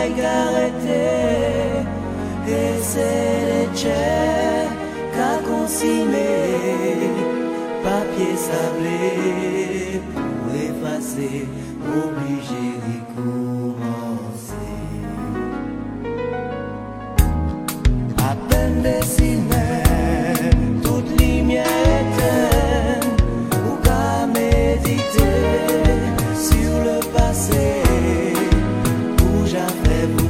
arrêté. Et c'est les tchèques qu'a consigné papier sablé pour effacer, obligé d'y commencer. À peine dessiné, toute lumière éteinte, ou qu'à méditer sur le passé, où j'avais vous.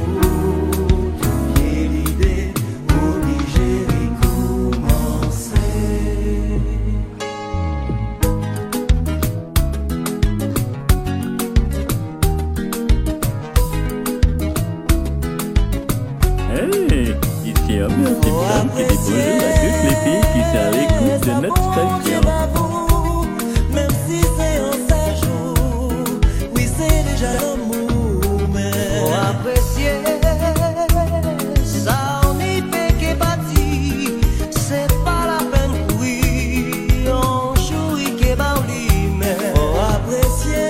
Ici un petit plan qui dit bonjour à toutes les filles qui sont à l'écoute de notre station. Même si c'est un séjour, oui c'est déjà l'amour, mais faut apprécier ça on y fait qu'est parti, c'est pas la peine oui, on joue qu'est baouli, mais faut apprécier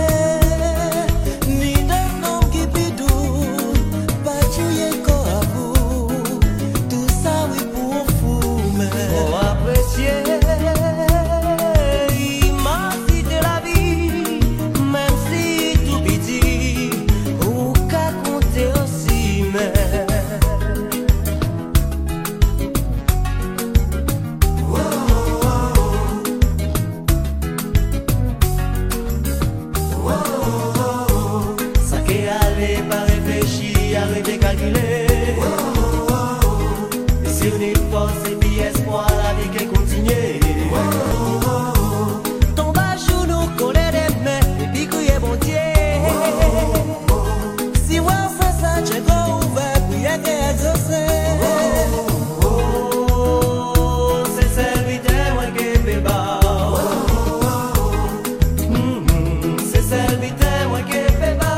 ni d'un homme qui bidou, pas tuer corps à vous, tout ça oui pour fou, mais faut apprécier. Pas réfléchir, arrêter calculer. Et si on est force et puis espoir, la vie qui continue. Tombe à genoux, coller des mains et puis crier bon Dieu. Si on fait ça, j'ai grand ouvert, prier et exaucer. C'est serviteur moi qui fait bas. C'est serviteur moi qui fait bas.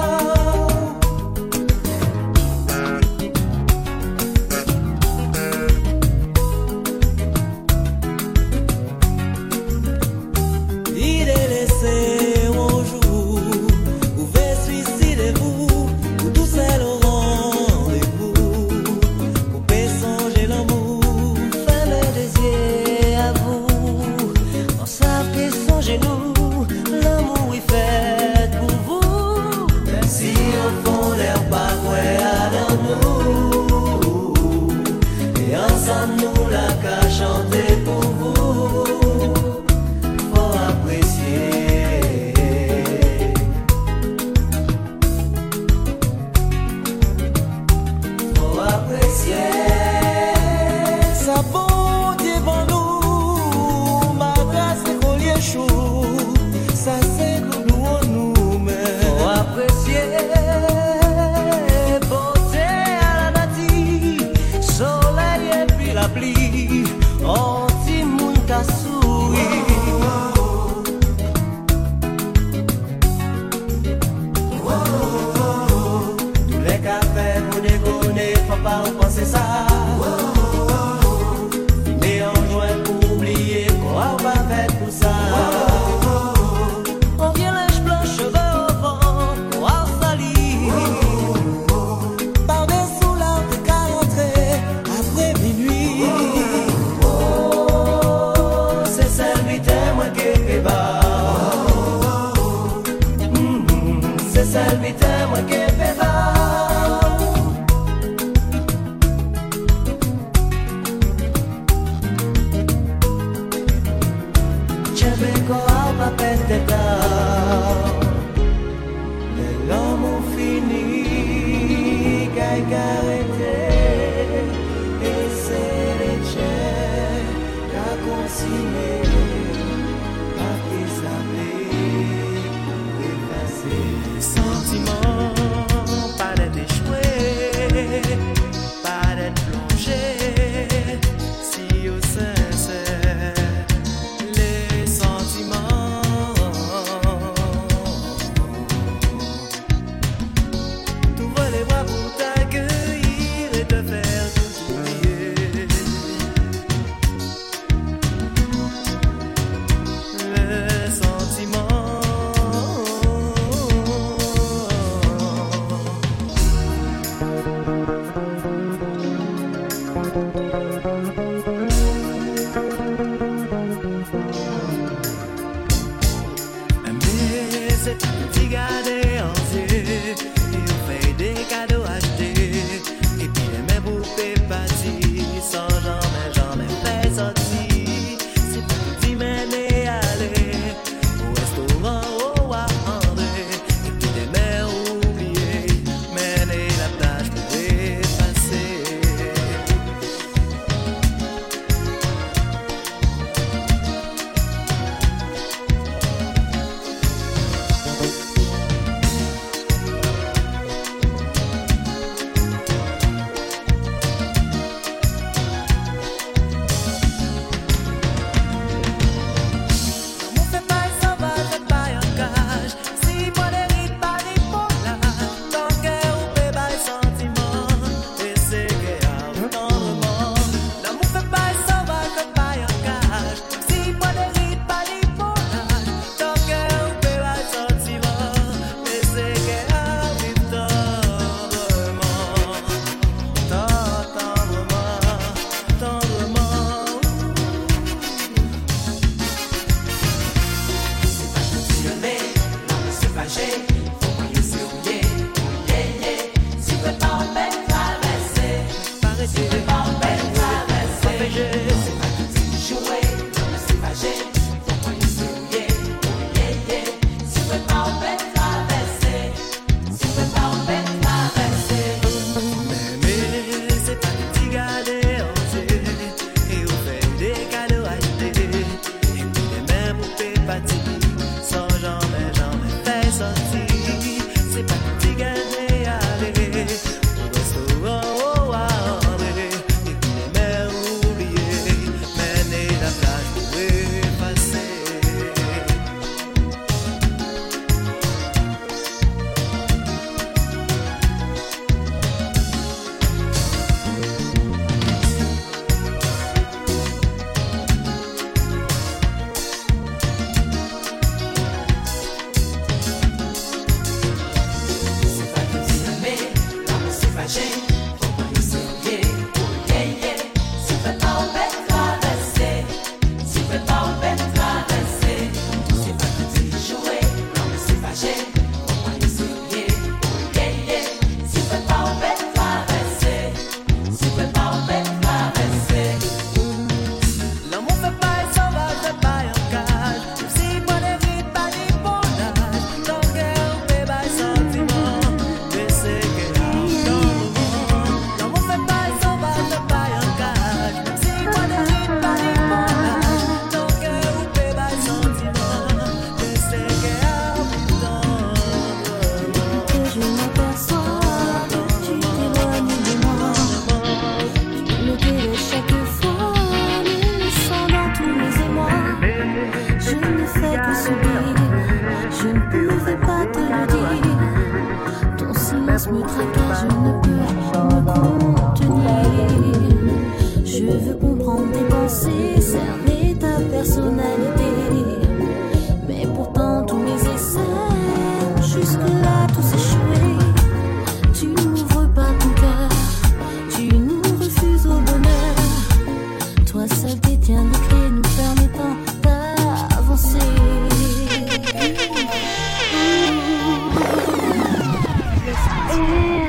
L'amour est fait pour vous. Même si au fond l'air pas vrai à nous, et ensemble nous la qu'à chanter pour vous. Faut apprécier. Faut apprécier. Ça bon Dieu bon nous, ma grâce est collier chaud. Ça c'est nous nous mais faut apprécier beauté à la nature, soleil et puis la pluie, anti moun ka souri. Tous les cafés vous déconner, faut pas penser ça. Mais en joint pour oublier qu'on va faire tout ça. C'est serviteur moi qui fais bas. J'avais encore pas pété tard. Mais l'amour fini, qu'à arrêté. Et c'est les tchèques qu'a consigné. Sentiment c'est petit gardé entier. Et on fait des cadeaux achetés. Et puis les mêmes poupées parties sans jamais fait sortir. C'est petit mener aller au restaurant au André. Et puis les mères oubliées mener la plage pour effacer. me tracasse, je ne peux me contenir. Je veux comprendre tes pensées, cerner ta personnalité. Mais pourtant tous mes essais, jusque-là tout s'échoué. Tu n'ouvres pas ton cœur, tu nous refuses au bonheur. Toi seul détiens les clés nous permettant d'avancer. Yeah.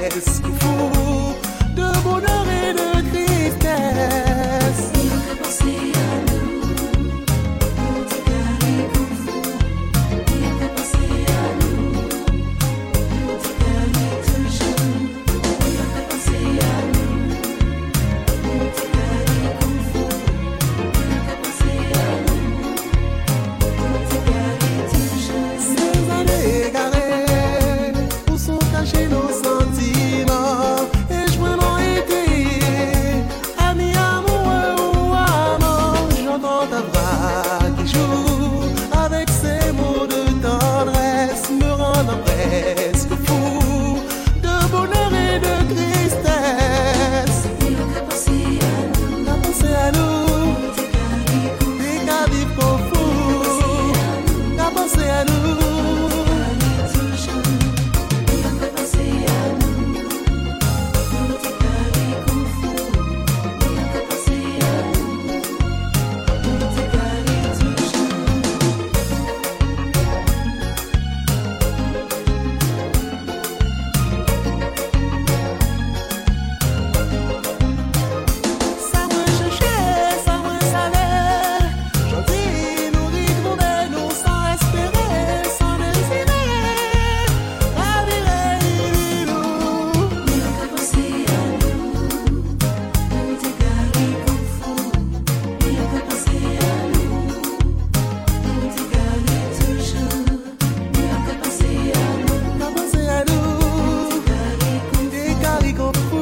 presque fou de bonheur et de tristesse. Il fait penser à nous, nous te garder comme fou. Il fait penser à nous, nous te garder toujours. Il fait penser à nous, nous te garder comme fou. Il fait penser à nous, nous te garder toujours. Ces années égarées où sont cachés nos sentiments, et je m'en ai été ami amoureux ou amant. J'entends ta voix qui joue avec ses mots de tendresse, me rendant presque fou de bonheur et de tristesse. Il fait penser à nous, T'as pensé à nous, nous te garder comme t'es qu'à vivre qu'au fou. T'as pensé à nous. toujours. Il fait penser à nous, nous te garder comme fou. Il fait penser à nous, nous te garder toujours. Ça m'a cherché, ça m'a salé. Gentil, nous rigoler, nous sans espérer, sans désirer. La vie est nous. Il fait penser à nous, nous te garder comme fou. Il fait penser à nous, nous te garder toujours. Il fait penser à nous, T'as pensé à nous, garder comme des caricots fous.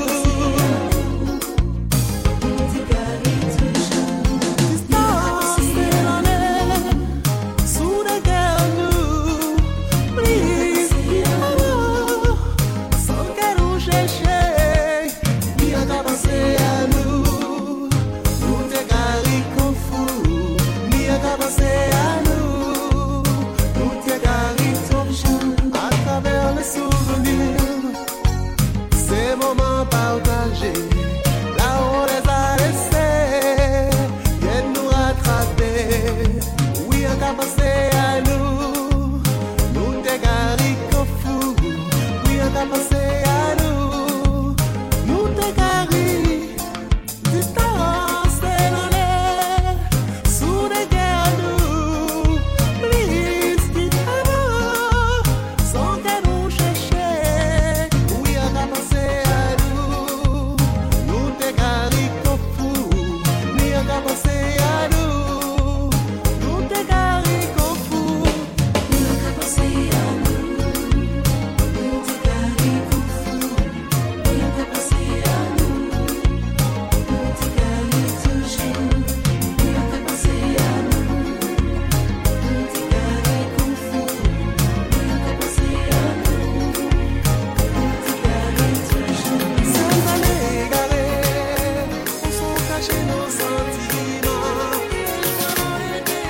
nous te garder toujours. Distance et l'année, sous les guerres nous. Please, amour, sans qu'elle nous cherche. Bien t'as pensé à nous, nous t'es caricots fous. Bien t'as pensé à nous, nous t'es caricots fous. À travers les souvenirs, ces moments partagés, là on les a laissés, viennent nous rattraper. Oui, on t'a pensé à nous, nous t'es caricots fous. Oui, on t'a pensé à nous, nous t'es caricots. Distance et l'année, sous les guerres nous. Please, quitte amour, sans qu'elle nous cherche. Oui, on t'a pensé à nous, nous t'es caricots fous. Oui, on t'a pensé à nous, nous t'es caricots fous. Il fait penser à nous, nous te garder comme fou. Il fait penser à nous, nous te garder toujours. Il fait penser à nous, nous te garder comme fou. Il fait penser à nous, nous te garder toujours. Ces années égarées, où sont cachés nos sentiments, et je m'en ai été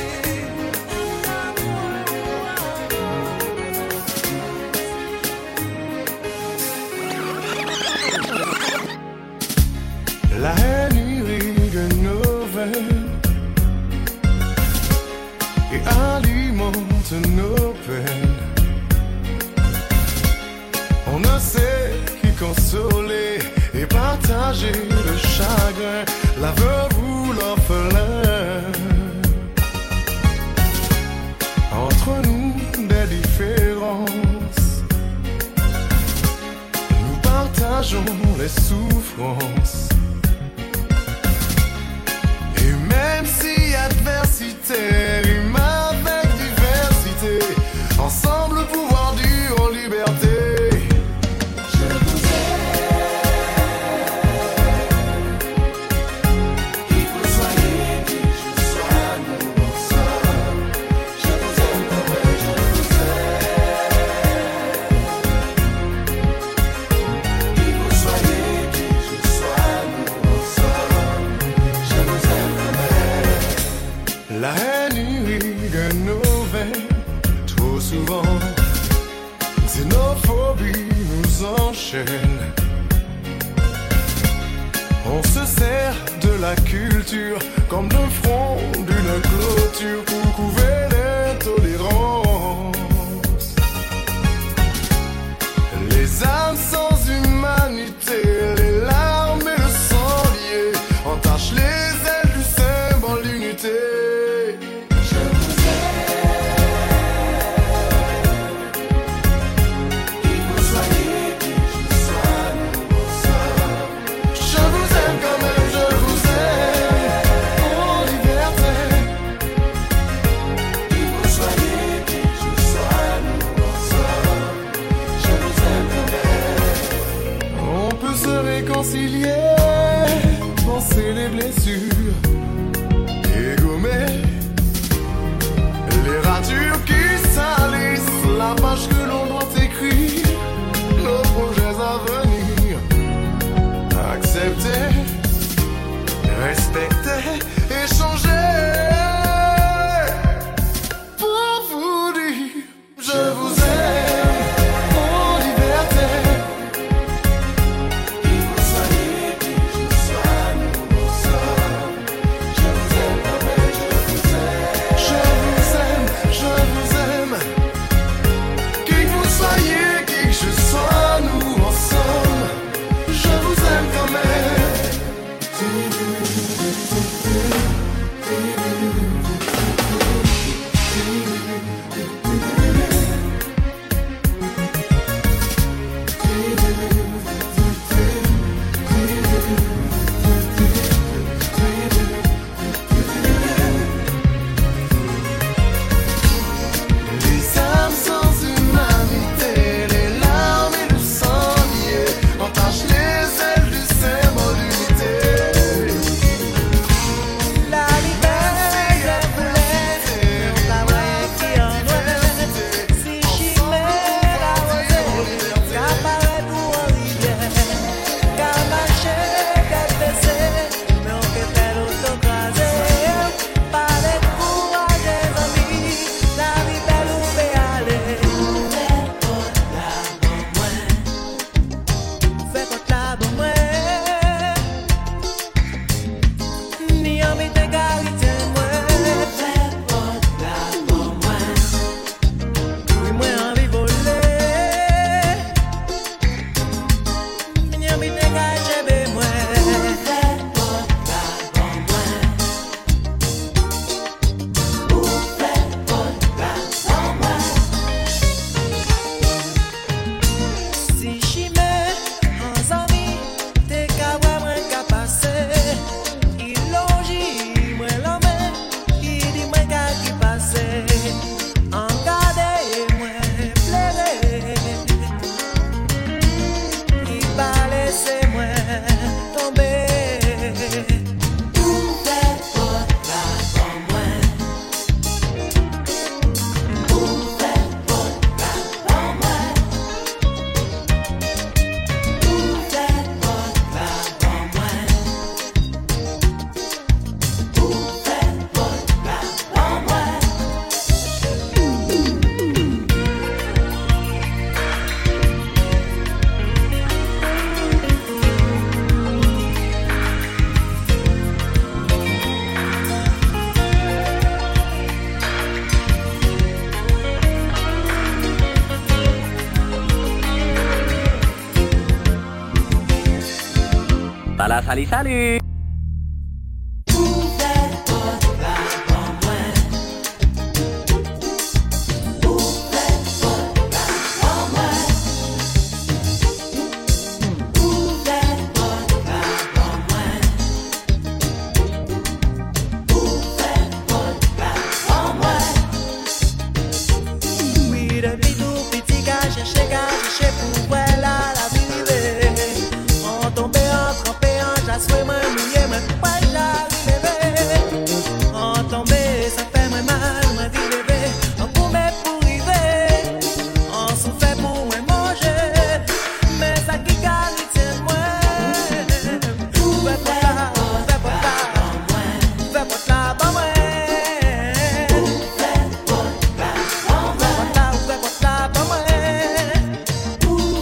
La haine irrigue nos veines et alimente nos peines. On ne sait qui consoler et partager le chagrin, la veuve ou l'orphelin. Entre nous des différences, nous partageons les souffrances. Et même si adversité rime avec diversité, ensemble pouvoir dur en liberté. Je vous aime. Il faut soigner qui je sois, nous ensemble. Je vous aime comme je vous aime. Il faut soigner qui je sois, nous ensemble. Je vous aime comme La haine irrigue nos veines, trop souvent. Xénophobie nous enchaîne. On se sert de la culture comme le front d'une clôture pour couvrir l'intolérance. Les âmes soigner les blessures et gommer les ratures qui salissent la page que l'on doit écrire, nos projets à venir. Accepter, respecter, échanger. Pour vous dire, je vous aime, mon liberté. Qui vous soyez, qui je sois, nous sommes. Je vous aime, papa, je vous aime. Je vous aime, je vous aime. Qui vous soyez, qui je sois, nous en sommes. Je vous aime quand même. Les âmes sans humanité, les larmes et le sang liés entachent les ailes du symbole d'unité. La liberté voulait, on travaille qui en est. Si chimère la rosée, qu'apparaît pour en rivière. Qu'à marcher, qu'à baisser, mais on peut faire autocraser. Pas de courage des amis, la vie belle où peut aller. Fais contre la bonne main. Ni en mi d'égalité, moi. Oui, moi, envie voler. Ni en mi d'égalité, moi. Si chimère, en amis, t'es qu'à voir moi qu'à passer. Il logit, moi l'homme, il dit moi qu'à qui passer. En garder, moi plairer. Il va laisser moi tomber. Salut, salut. Oui, depuis tout petit, qu'à chercher pour voir la vie. En tombé, en trempé, en chasse, moi, mouillé, moi, pas l'arriver. En tombé, ça fait moi mal, moi, dit bébé. En courmet pour river, en souffert pour moi manger. Mais ça qui gagne, c'est moi. Fais pas là, fais pas là, fais pas là, bah, moi. Fais pas là, bah, moi.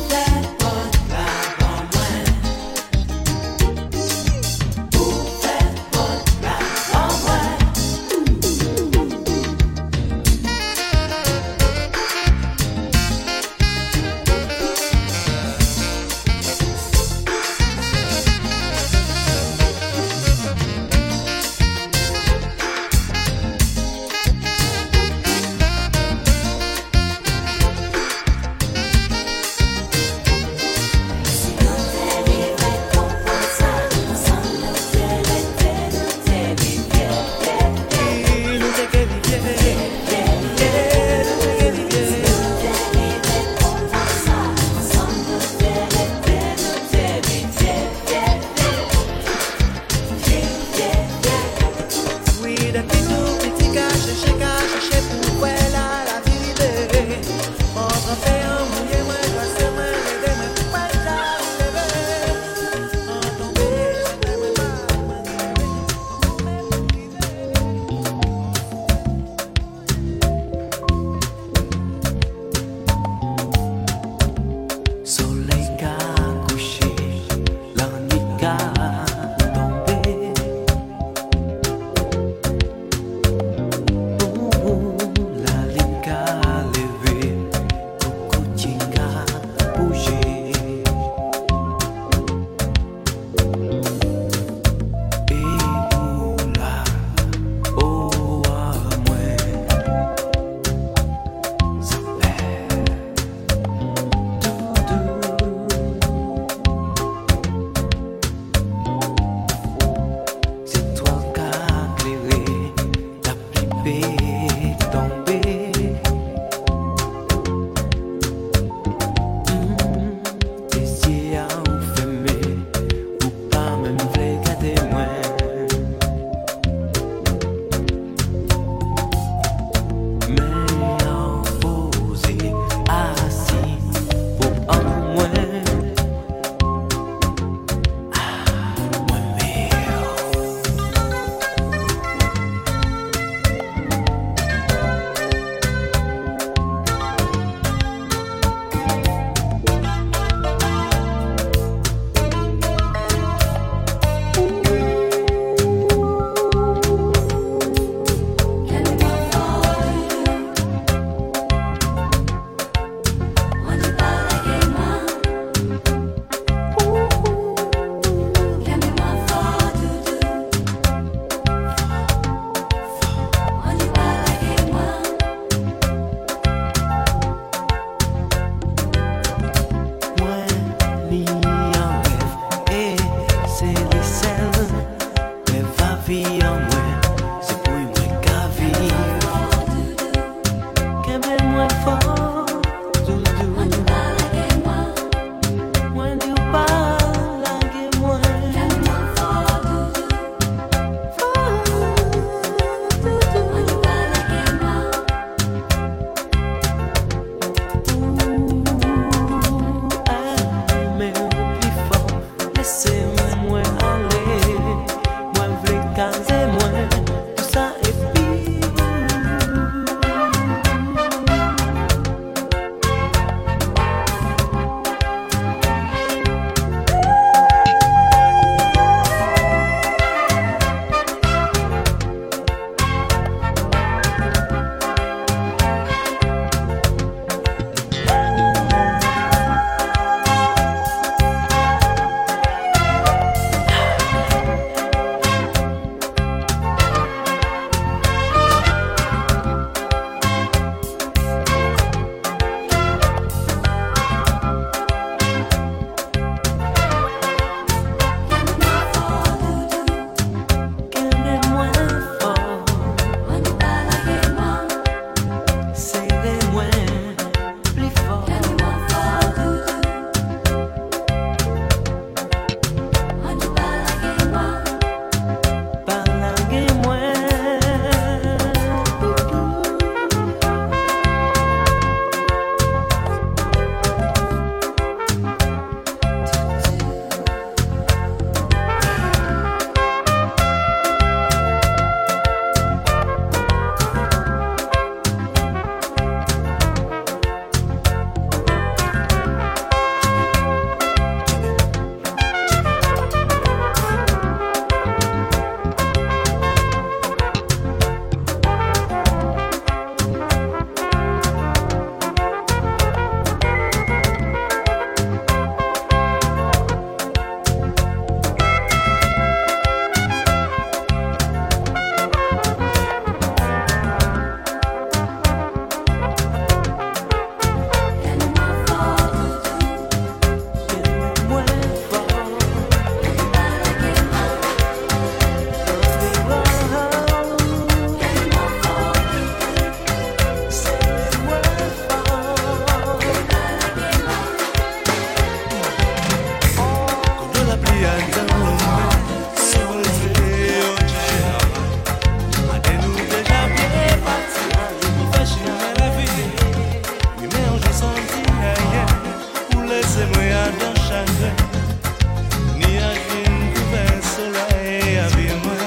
dans chagrin, ni à rien couvert soleil à vie moi.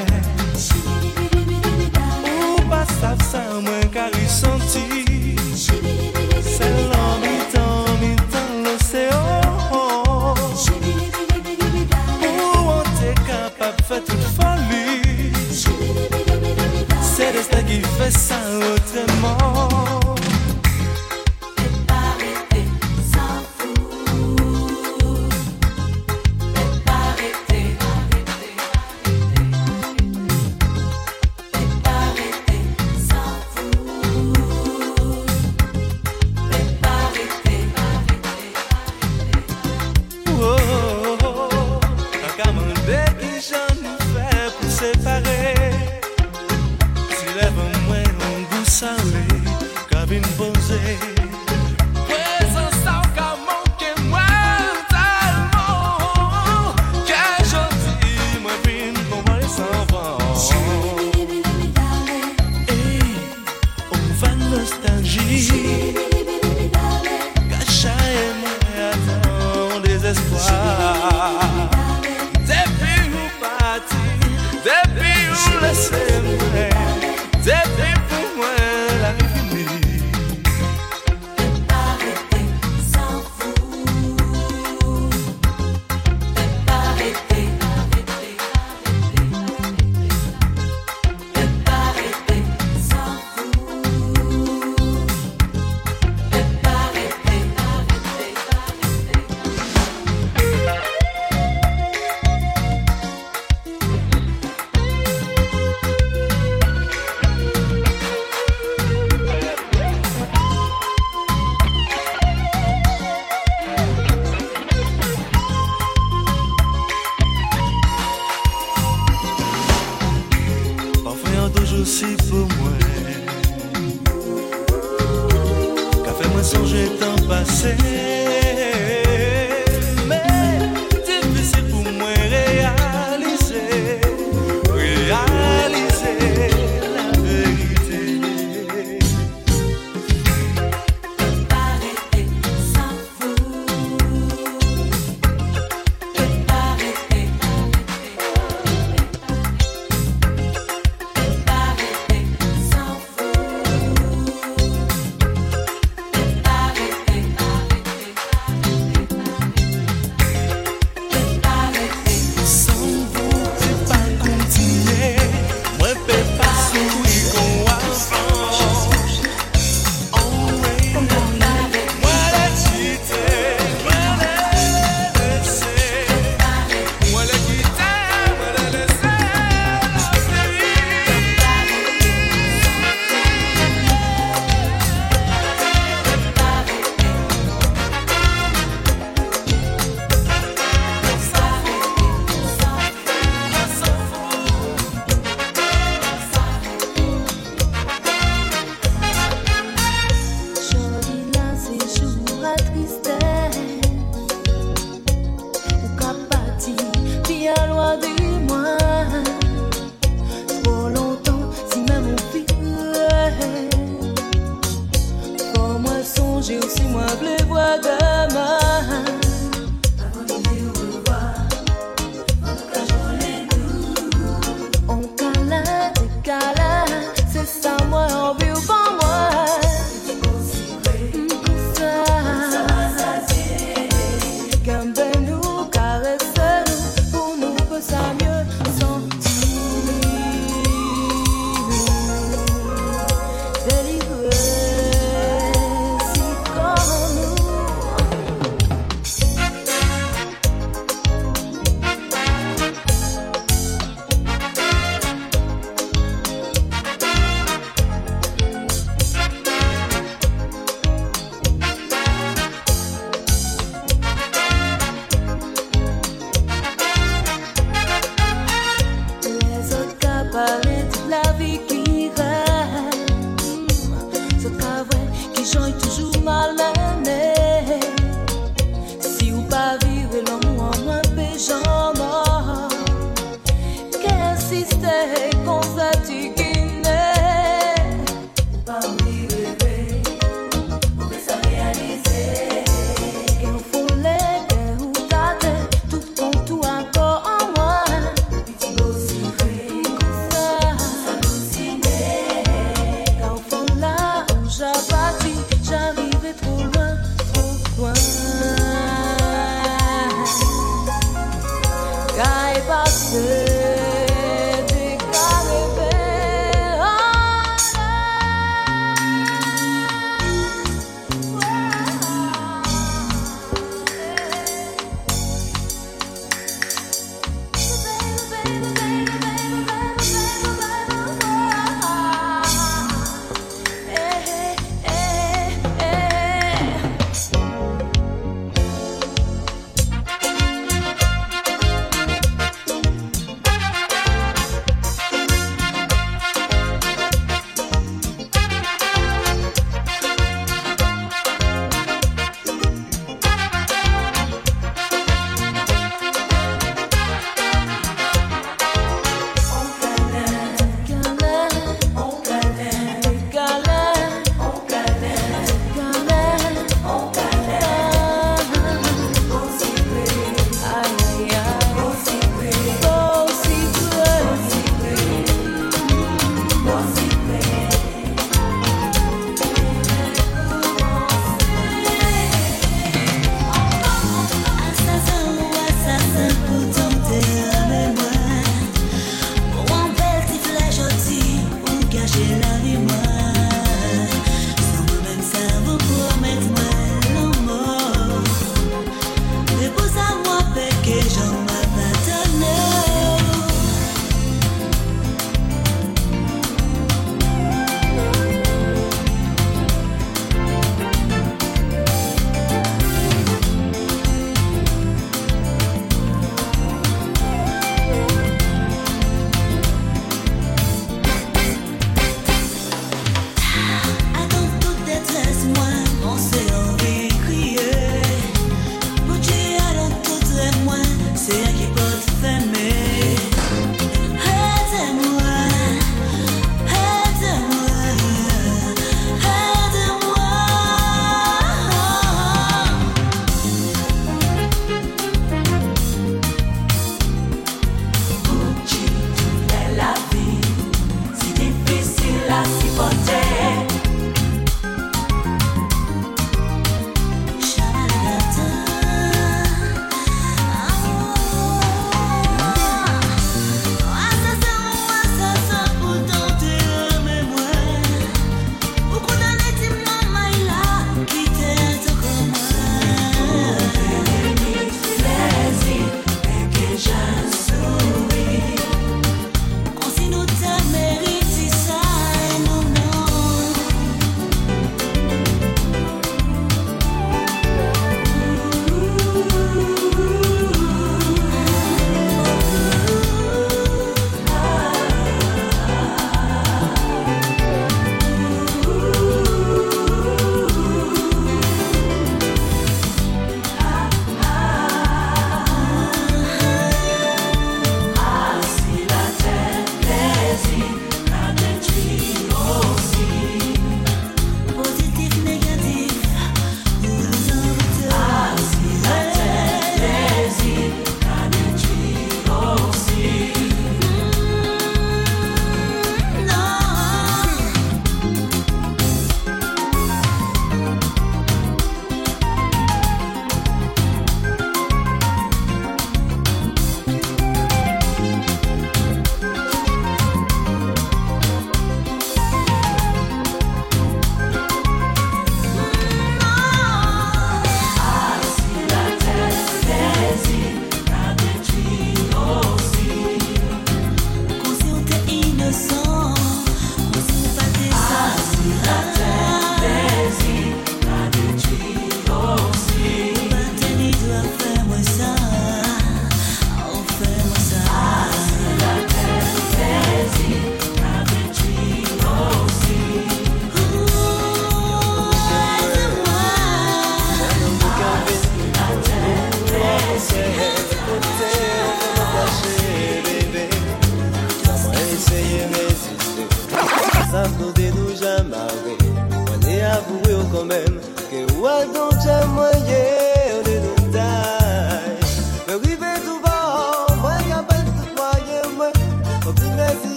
Ou pas ça moi car il senti, c'est l'homme dans l'océan. Où on t'est capable de faire toute folie, c'est destin qui fait ça autrement.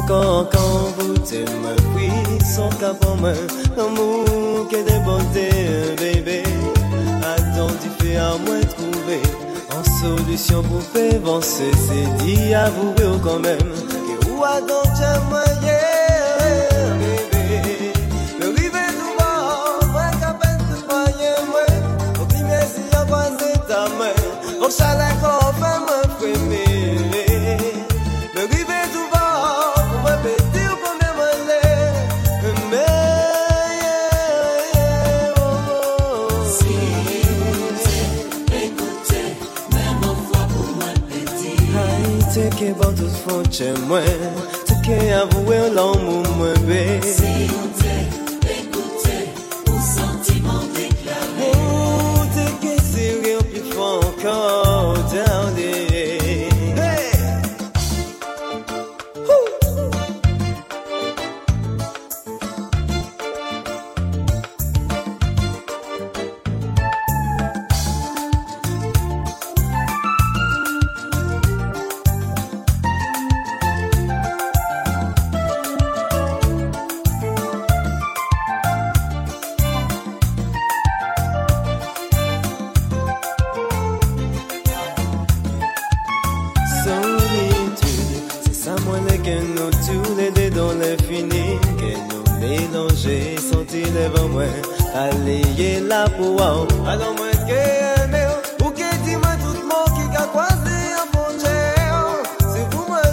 encore quand vous t'aimez, oui, son cap en main, l'amour qui est déporté, bébé. Attends, tu fais à moi trouver en solution pour faire avancer. C'est dit, avouez quand même, que ou attends, tiens, moi, yeah, bébé. Le rivet tout bas, moi, qu'à peine te voyez, moi. Au premier, si y'a croisé ta main, au chalet, qu'on fait me frémir. Que bon tout fond chez moi, te que avouer l'amour moi bé. Si on t'est écouté, ou sentiment déclaré. Oh, te que c'est rien plus fort encore, dernier. Allez, là pour alors moi qui aimé, ou qui dit moi tout le monde qui a croisé en frontière, c'est vous moi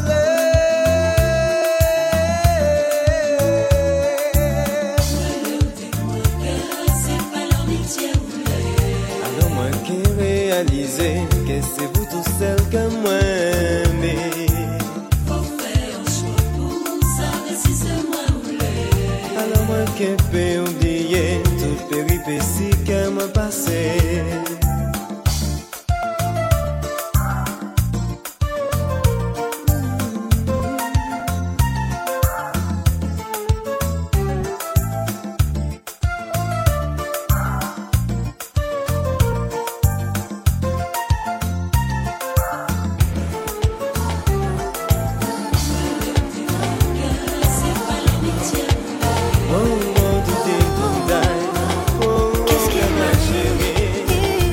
alors moi qui réalisé que c'est vous tout seul que moi aimé. Alors moi qui peux oublier toute péripétie qu'elle m'a passée. Qu'est-ce qui m'a chérie?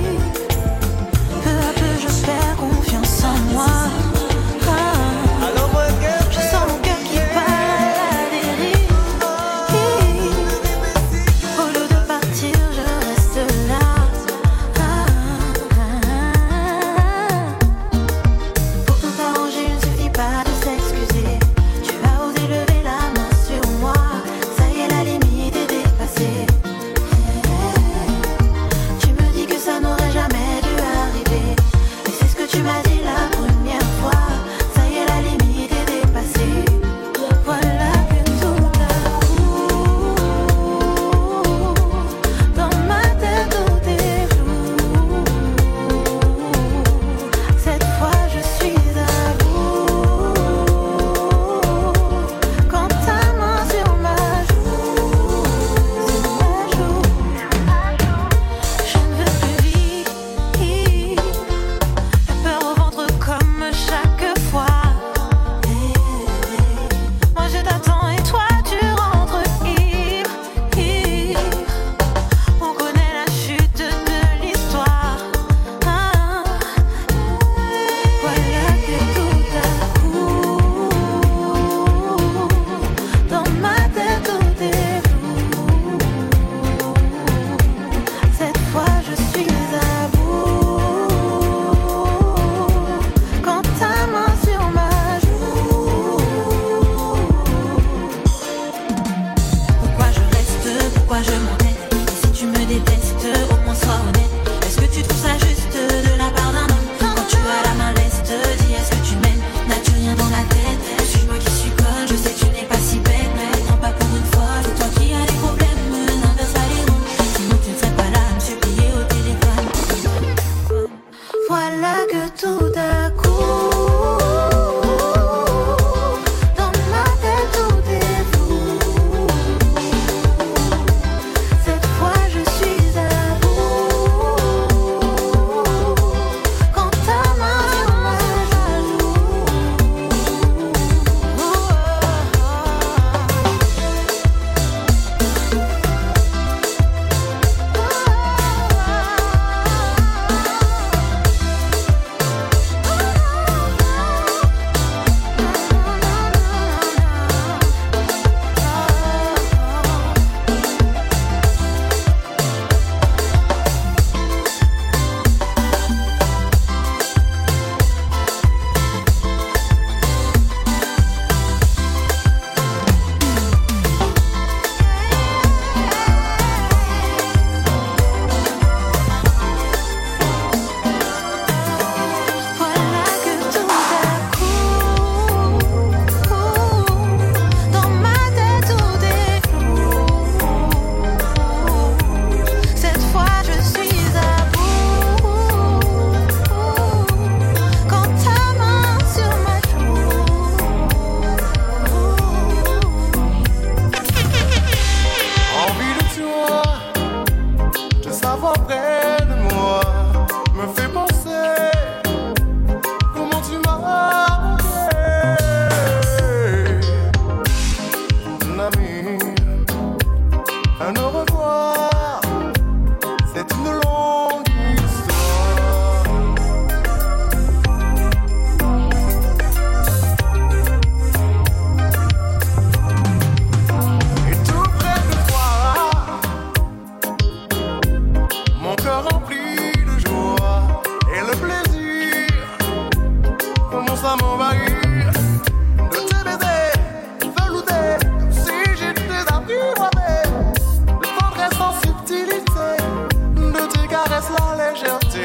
Un au revoir, c'est une longue histoire. Et tout près de toi, mon cœur rempli de joie et le plaisir commence à m'envahir. De te baiser, velouter, comme si j'étais apprivoisé. De tendresse en subtilité, de tes caresses la légèreté.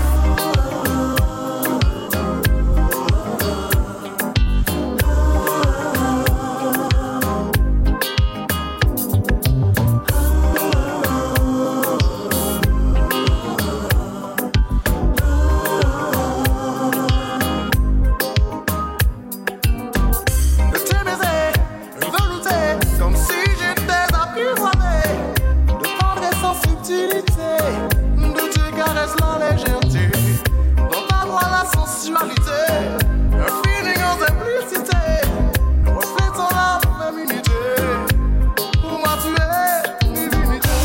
De te baiser, velouter, comme si j'étais apprivoisé. De tendresse en subtilité, de tes caresses la légèreté. Dans ta voix la sensualité, un feeling en simplicité, reflétant la féminité. Pour moi tu es divinité.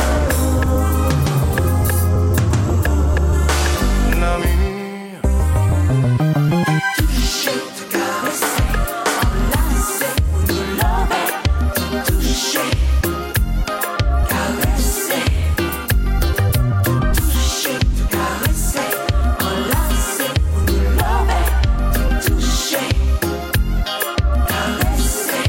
Nami. Toucher, te caresser, enlacer, nous lever. Toucher, caresser. Toucher, te caresser, enlacer, nous lever. Toucher, caresser.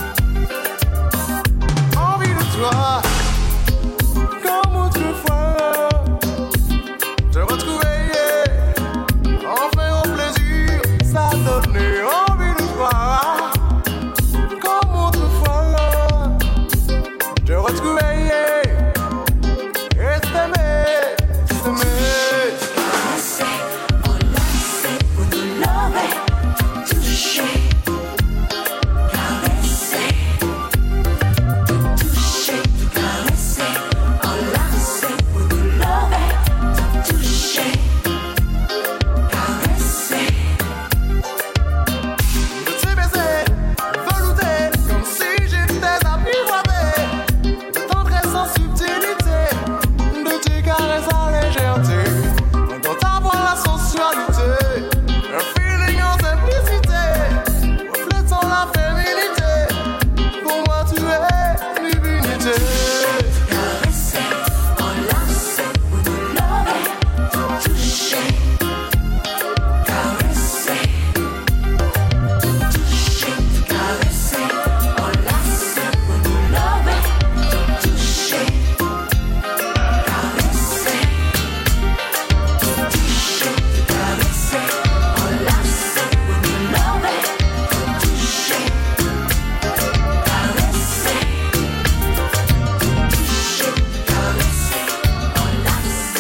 Envie de toi, comme autrefois. Te retrouver, enfin au plaisir, ça donnait envie de toi, comme autrefois. Te retrouver, et t'aimer, t'aimer. Caresser, enlacer, nous lever. Toucher, caresser. Toucher, caresser, enlacer, nous lever. Toucher, caresser. De te baiser, velouter, comme si j'étais apprivoisé. De tendresse en subtilité, de tes caresses à légèreté. Dans ta voix la sensualité, un feeling en simplicité, reflétant la féminité. Pour moi tu es divinité. Caresser, enlacer, nous lever. Toucher, caresser. Toucher, caresser, enlacer, nous lever. Toucher, caresser. Toucher, caresser, enlacer, nous lever. Toucher, caresser. Toucher, caresser, enlacer,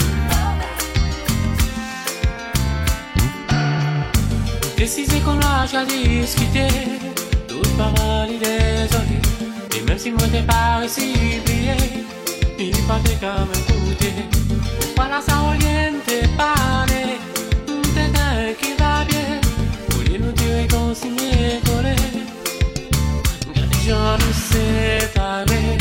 Décider qu'on a déjà discuté, toute parole est désolée. Et même si moi t'ai pas réussi plié, il fallait quand même écouter. Voilà ça revient t'es parlé, t'es un qui va bien. Voulez nous dire qu'on s'y est collé, quand les gens nous séparés.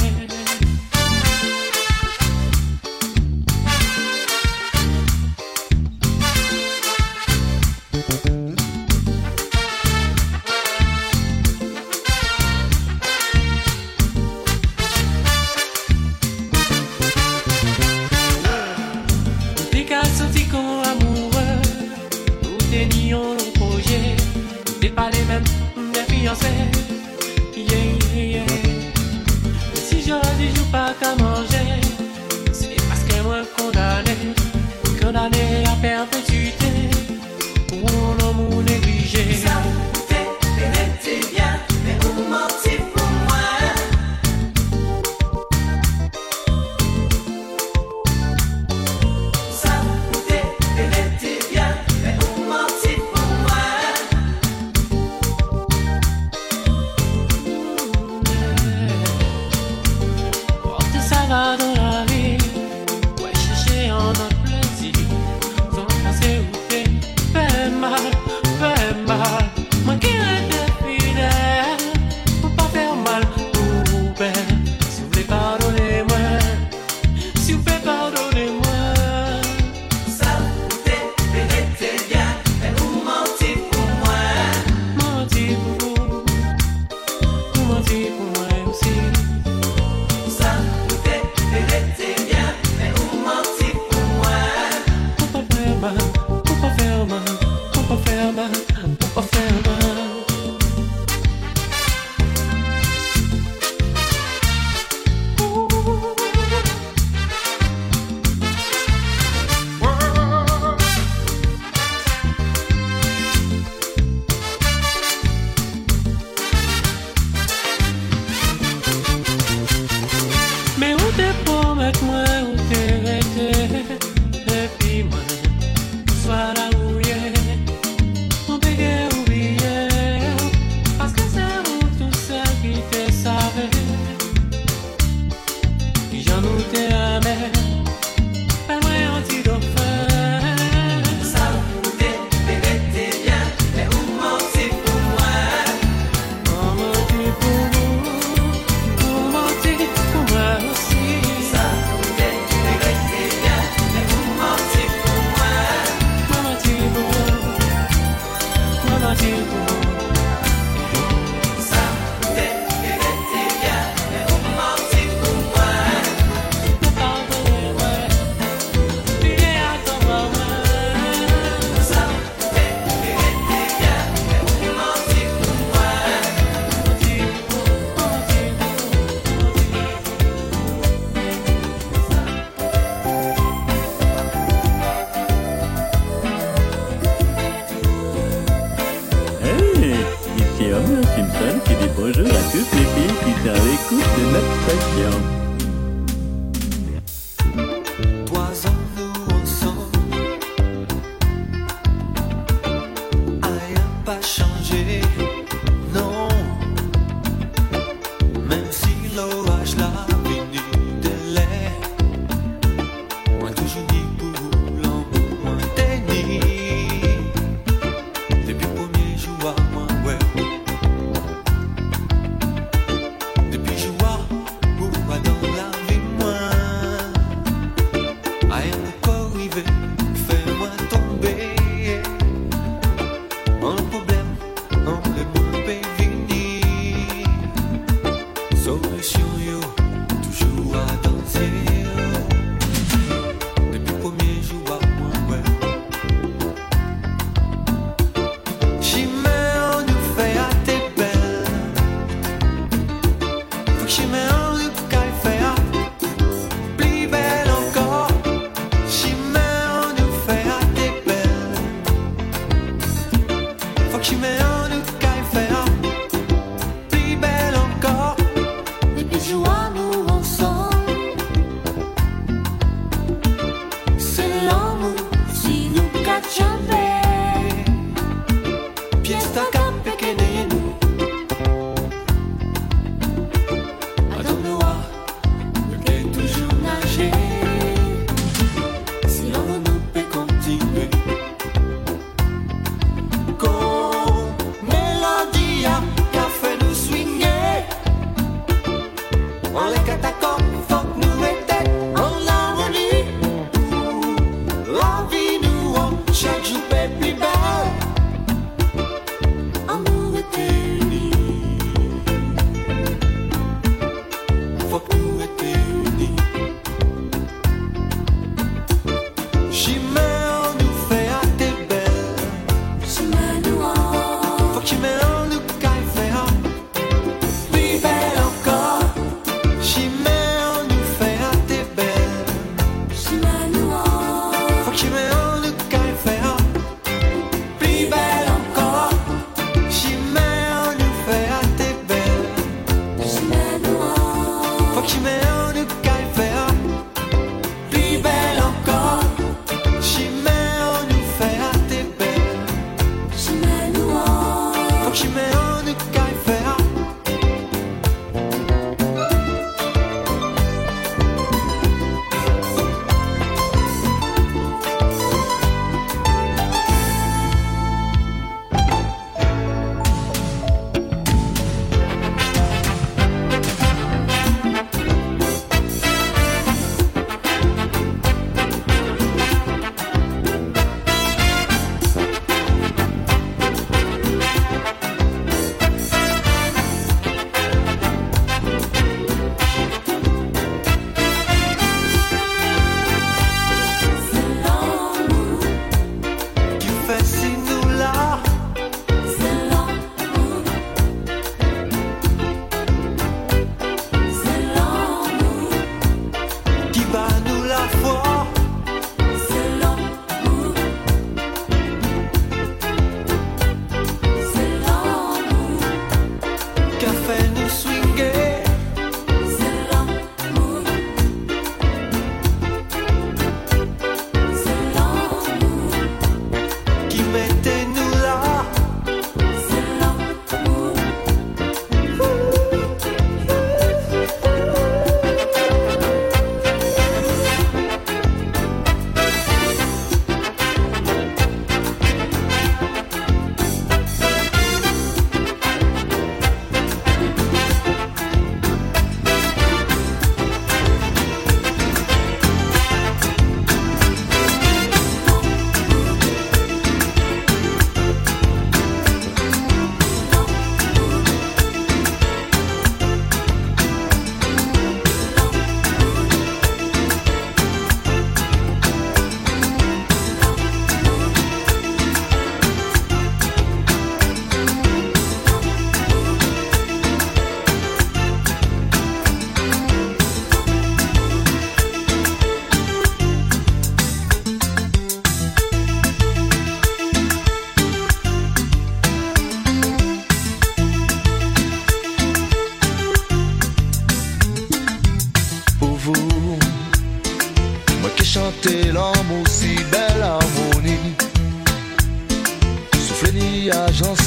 T'es qu'à sortir comme amoureux, nous tenions nos projets, t'es pas les mêmes, des fiancés, yeah, yeah, yeah.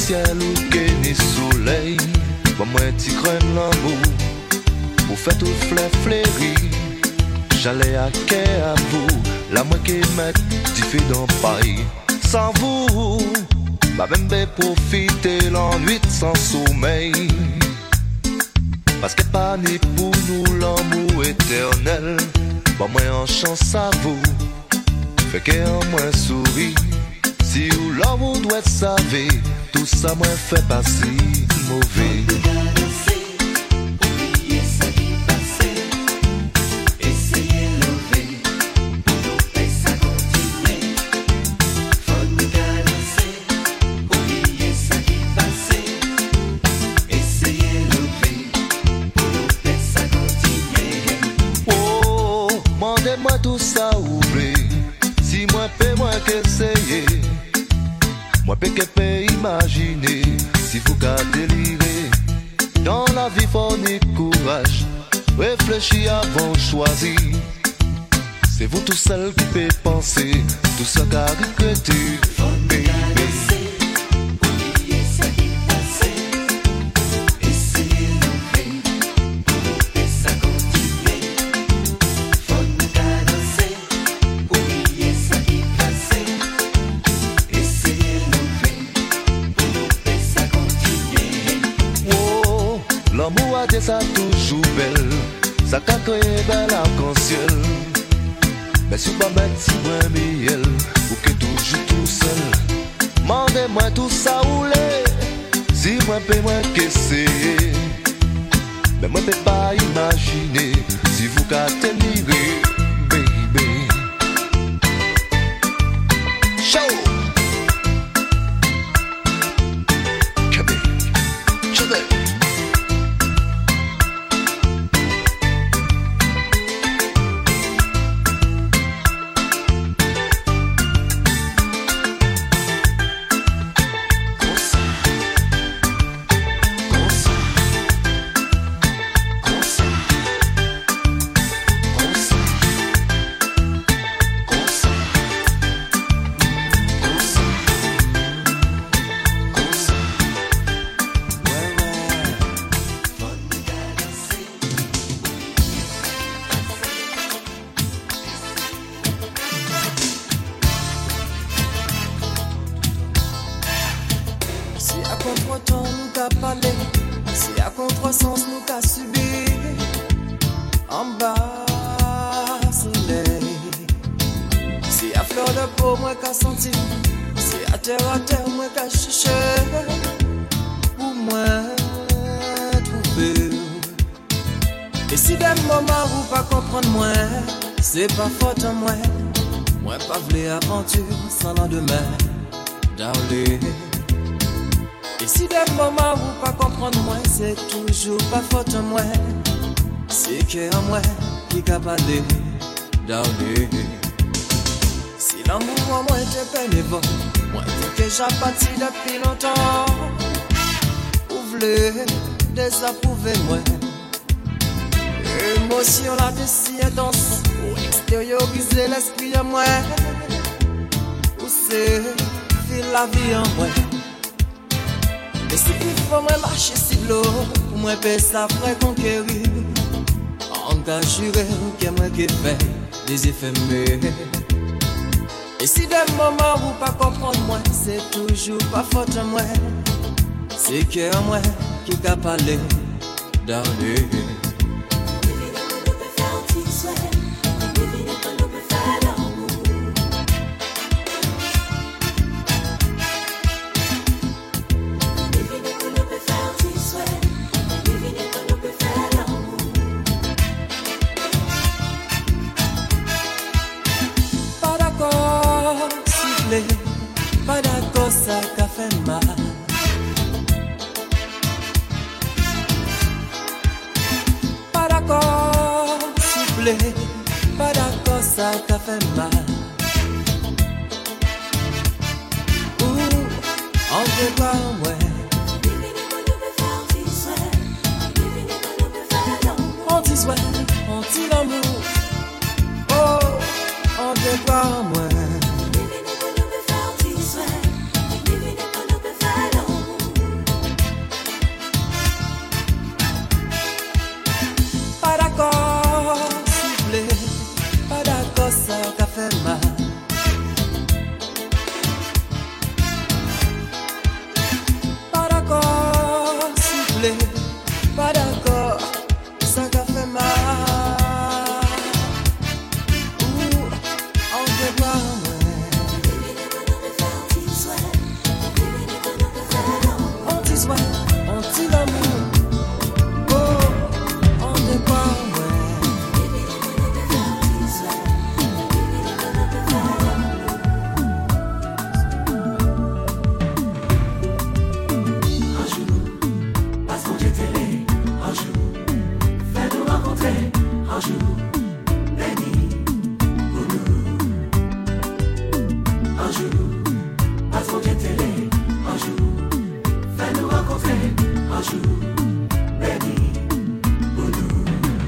ciel ou que ni soleil. Bon moi ti crème l'amour, pour faire tout fleur fleuri. J'allais à quai à vous, la moi qui m'a dit fait dans paille. Sans vous, ma même bé profiter l'ennui sans sommeil. Parce que pas ni pour nous l'amour éternel. Bon moi en chance à vous, fait qu'en moins souris. Si ou l'amour doit savoir, tout ça moi fait passer mauvais. Moi tout ça oublie. Si moi paie moi qu'essayer. Moi paie que paie imaginer. Si vous qu'à délirer. Dans la vie faut ni courage. Réfléchis avant de choisir. C'est vous tout seul qui peut penser. Tout ça qu'à regretter. Baby. L'amour a dit ça toujours belle, ça qu'a créé belle arc-en-ciel. Mais si pas mettre si moins miel, ou que toujours tout seul. Mandez-moi tout ça ou les, si moi paie moi qu'essayer. Mais moi peux pas imaginer, si vous qu'à t'admirer, baby. Show! C'est pas faute à moi, moi pas v'lais aventure sans lendemain, darling. Et si des moments où pas comprendre moi, c'est toujours pas faute à moi, c'est que à moi qui qu'a parlé, darling. Si l'amour en moi était bénévole, moi t'es que j'ai parti depuis longtemps, ou v'lais désapprouver moi. Émotion la de si intense, pour extérioriser l'esprit à moi. Ou c'est vivre la vie en moi. Et si il faut moi marcher si l'eau, pour moi paix ça ferait conquérir. Engagé que moi qui fait des éphémères. Et si des moments où pas comprendre moi, c'est toujours pas faute à moi. C'est que à moi qui t'a parlé, darling. Pas d'accord, ça qu'a fait mal. Pas d'accord, s'il vous plaît. Pas d'accord, ça qu'a fait mal. On veut pas, ouais. On dit ouais, on dit l'amour. Oh, on veut pas, ouais. rencontrer un jour béni pour nous. Un jour, passe mon Dieu télé. Un jour, fais-nous rencontrer un jour béni pour nous.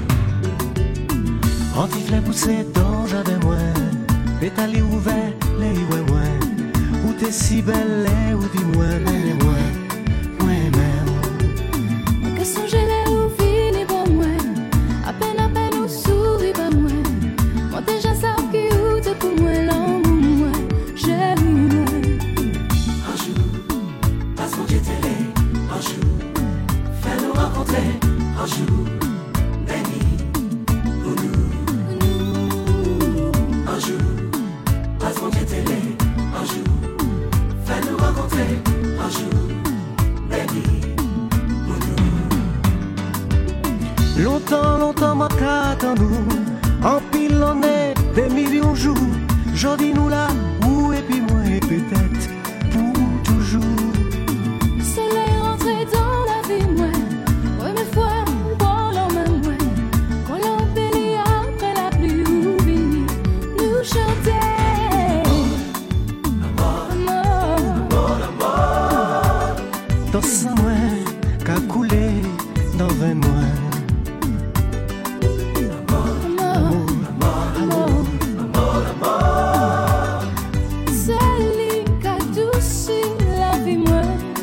Antiflet poussé dans jardin moins, pétali ouvert, les ouais moins. Où t'es si belle, ou dis-moi, mais moi, moi-même. Que songe les ou fini pour moi. À peine ou souris pas moi. Moi déjà savent qui ou t'es pour moi, l'amour moi. J'aime moi. Un jour, passe mon Dieu télé. Un jour, fais-nous rencontrer. Un jour, béni pour nous. Un jour, passe mon Dieu télé. Un jour, fais-nous rencontrer. Un jour, béni pour nous. Longtemps, longtemps, ma carte en nous. En pile, on est des millions de jours. J'en nous là, où et puis moi, et peut-être pour toujours. Soleil rentré dans la vie moi. Ouais mes fois, bon l'homme moi. Quand l'on bénit après la pluie ou vini, nous chanter. Dans 100 mois, qu'a coulé dans 20 mois. C'est lui qui a douci la vie moi.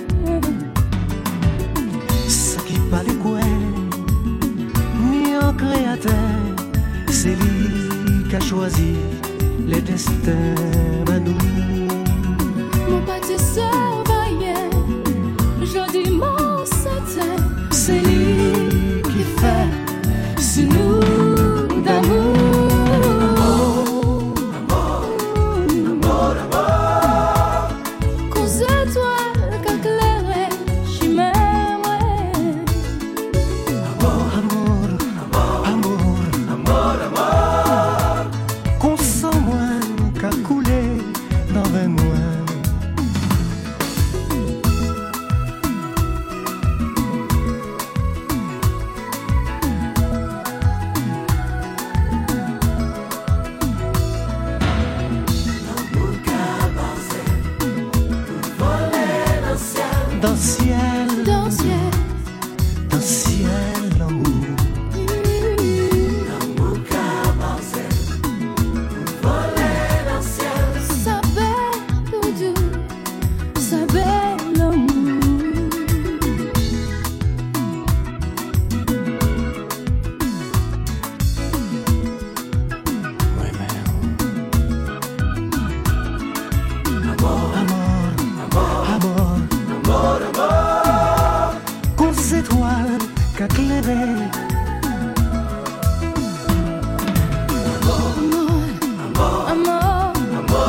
Ce qui parle quoi, ni un créateur, c'est lui qui a choisi les destins à nous. Mon petit surveillant, je dis mon satin. C'est lui qui fait si nous d'amour. Cause étoile qu'a clairé, j'y m'aime. Amour, amour, qu'on sent moins qu'à couler dans 20 mois. Dans le ciel, Dans le ciel, dans le ciel, l'amour. sa belle doudou, sa belle amour. Qu'on s'étoile qu'a clairé. Amor,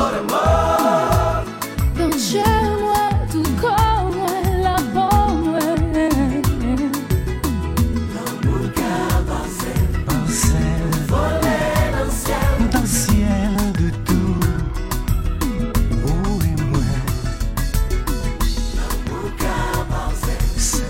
donc chez moi, tout comme moi, la bonne moi. Dans le ciel de tout, vous et moi. C'est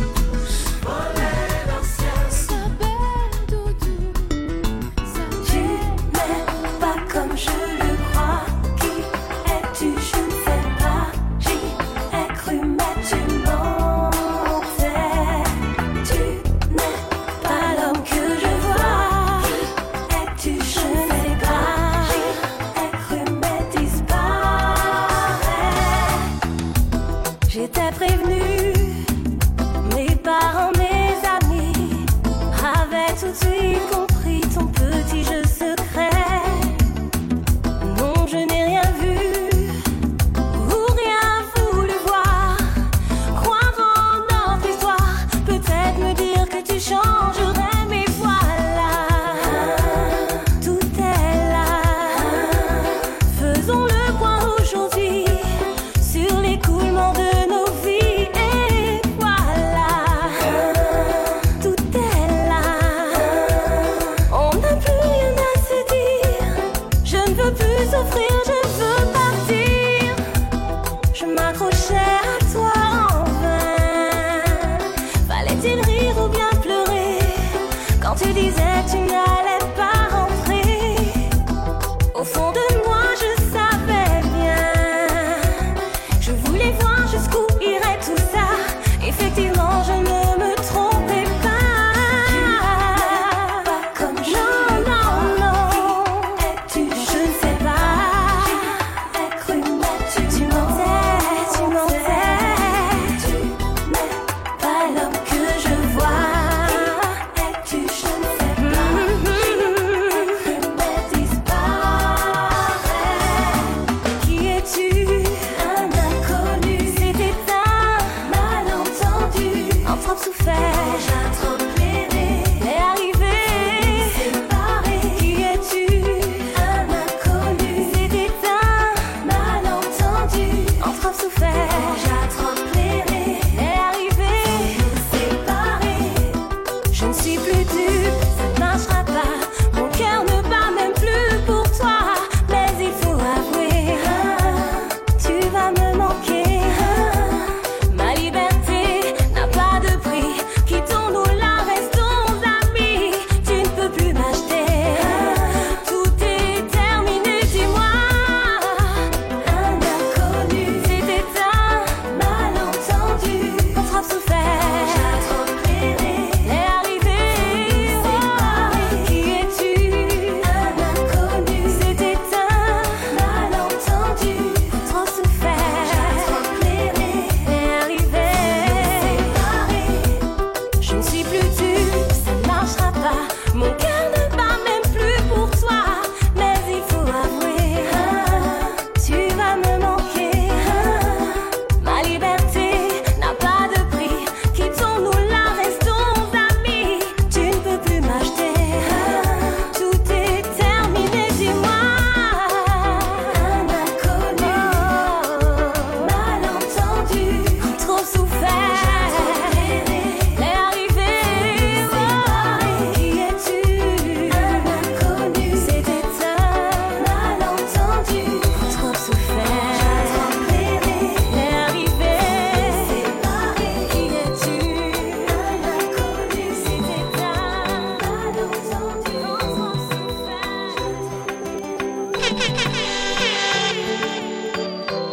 Sa belle doudou, sa Tu belle. n'es pas comme je le crois. Qui es-tu? Je ne sais pas. J'y ai cru, mais tu mentais. Tu n'es pas l'homme que je vois. Qui es-tu? Je ne sais pas. J'y ai cru, mais disparaît. J'étais prévenue. Mes parents, mes amis avaient tout de suite compris ton petit jeu secret. Non, je n'ai rien vu ou rien voulu voir. Croire en notre histoire, peut-être me dire que tu changerais, mais voilà, tout est là. Faisons le point aujourd'hui sur l'écoulement de nos vies et voilà, tout est là.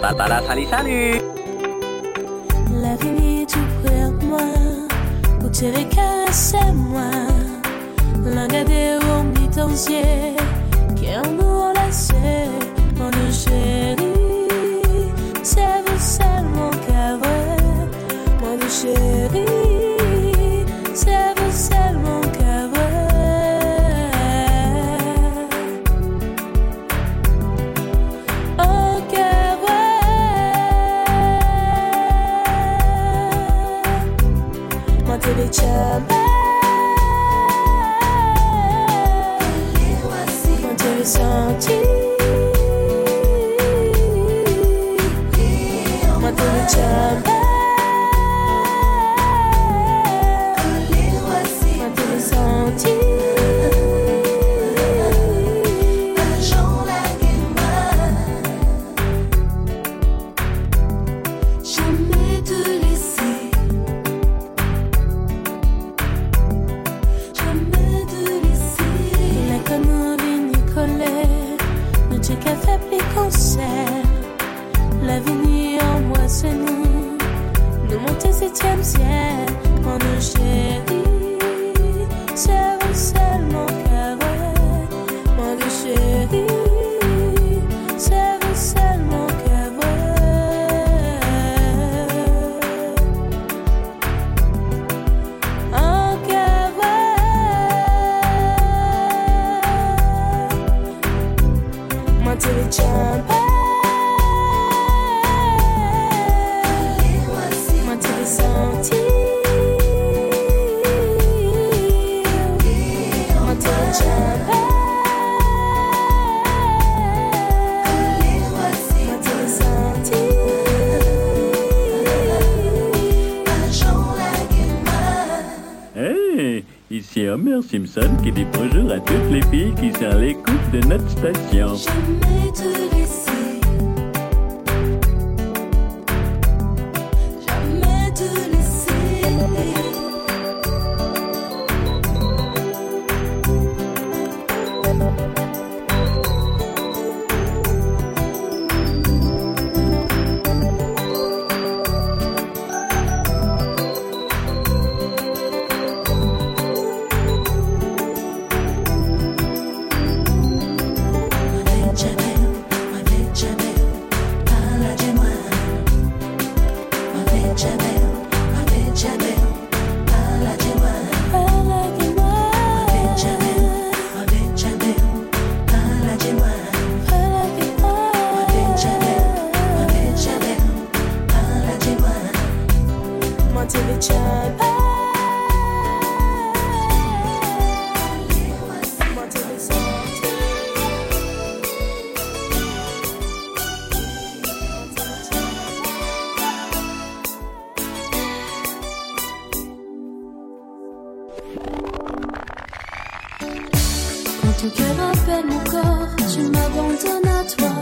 Salut. L'avenir tout près de moi, où tu les caresses moi. L'engagé au mi-temps-ciel, qui est en nous enlacé, mon chéri. C'est vous seul mon cœur, mon chéri. C'est vous seul mon cœur. Oh cœur, moi te les chambres. Senti moi te le chamba moi te le senti jamais te laisser la ne tu qu'à faire plus concert. L'avenir en moi c'est nous monter 7e ciel. Mon chéri, c'est vous seul mon cœur. Mon chéri, c'est vous seul mon cœur. En cœur. Moi te le chamba, moi te le senti, moi te le chamba, moi te le senti. Hey, ici Homer Simpson qui dit bonjour à toutes les filles qui sont à l'écoute de notre station. Jamais te laisser, jamais te laisser. Quand ton cœur appelle mon corps, je m'abandonne à toi.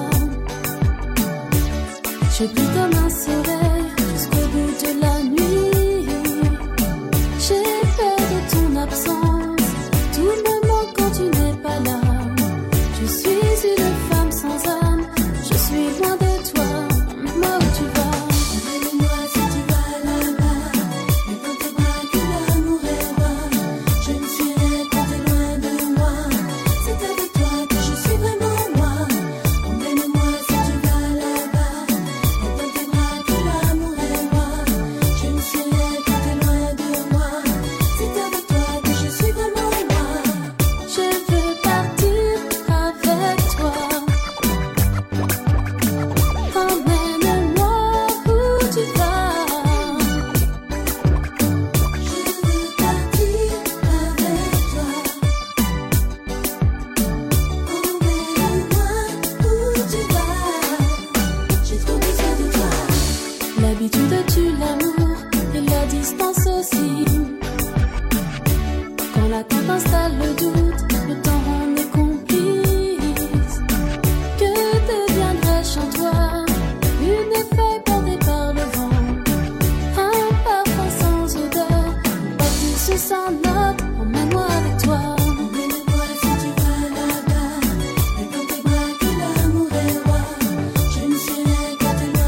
Je brille comme un soleil jusqu'au bout de la nuit. J'ai peur de ton absence, tout me manque quand tu n'es pas là. Je suis une femme sans âme, je suis loin de toi. Emmène-moi où tu vas. Emmène-moi si tu vas là-bas. Et dans tes bras que l'amour est roi. Je ne suis rien quand t'es loin de moi. C'est avec toi que je suis vraiment moi. Emmène-moi si tu vas là-bas. Et dans tes bras que l'amour est roi. Je ne suis rien quand t'es loin de moi. C'est avec toi que je suis vraiment moi. Je veux partir avec toi. Emmène-moi où tu vas. Je veux partir avec toi. Emmène-moi où tu vas. J'ai trop besoin de toi. L'habitude tue l'amour et la distance aussi. Quand l'attente installe le doute, le temps en est complice. Que deviendrais-je en toi? Une feuille portée par le vent, un parfum sans odeur, pas plus sans note. Emmène-moi avec toi. Emmène-moi si tu vas là-bas. Et dans tes bras que l'amour est roi. Je ne suis rien quand t'es loin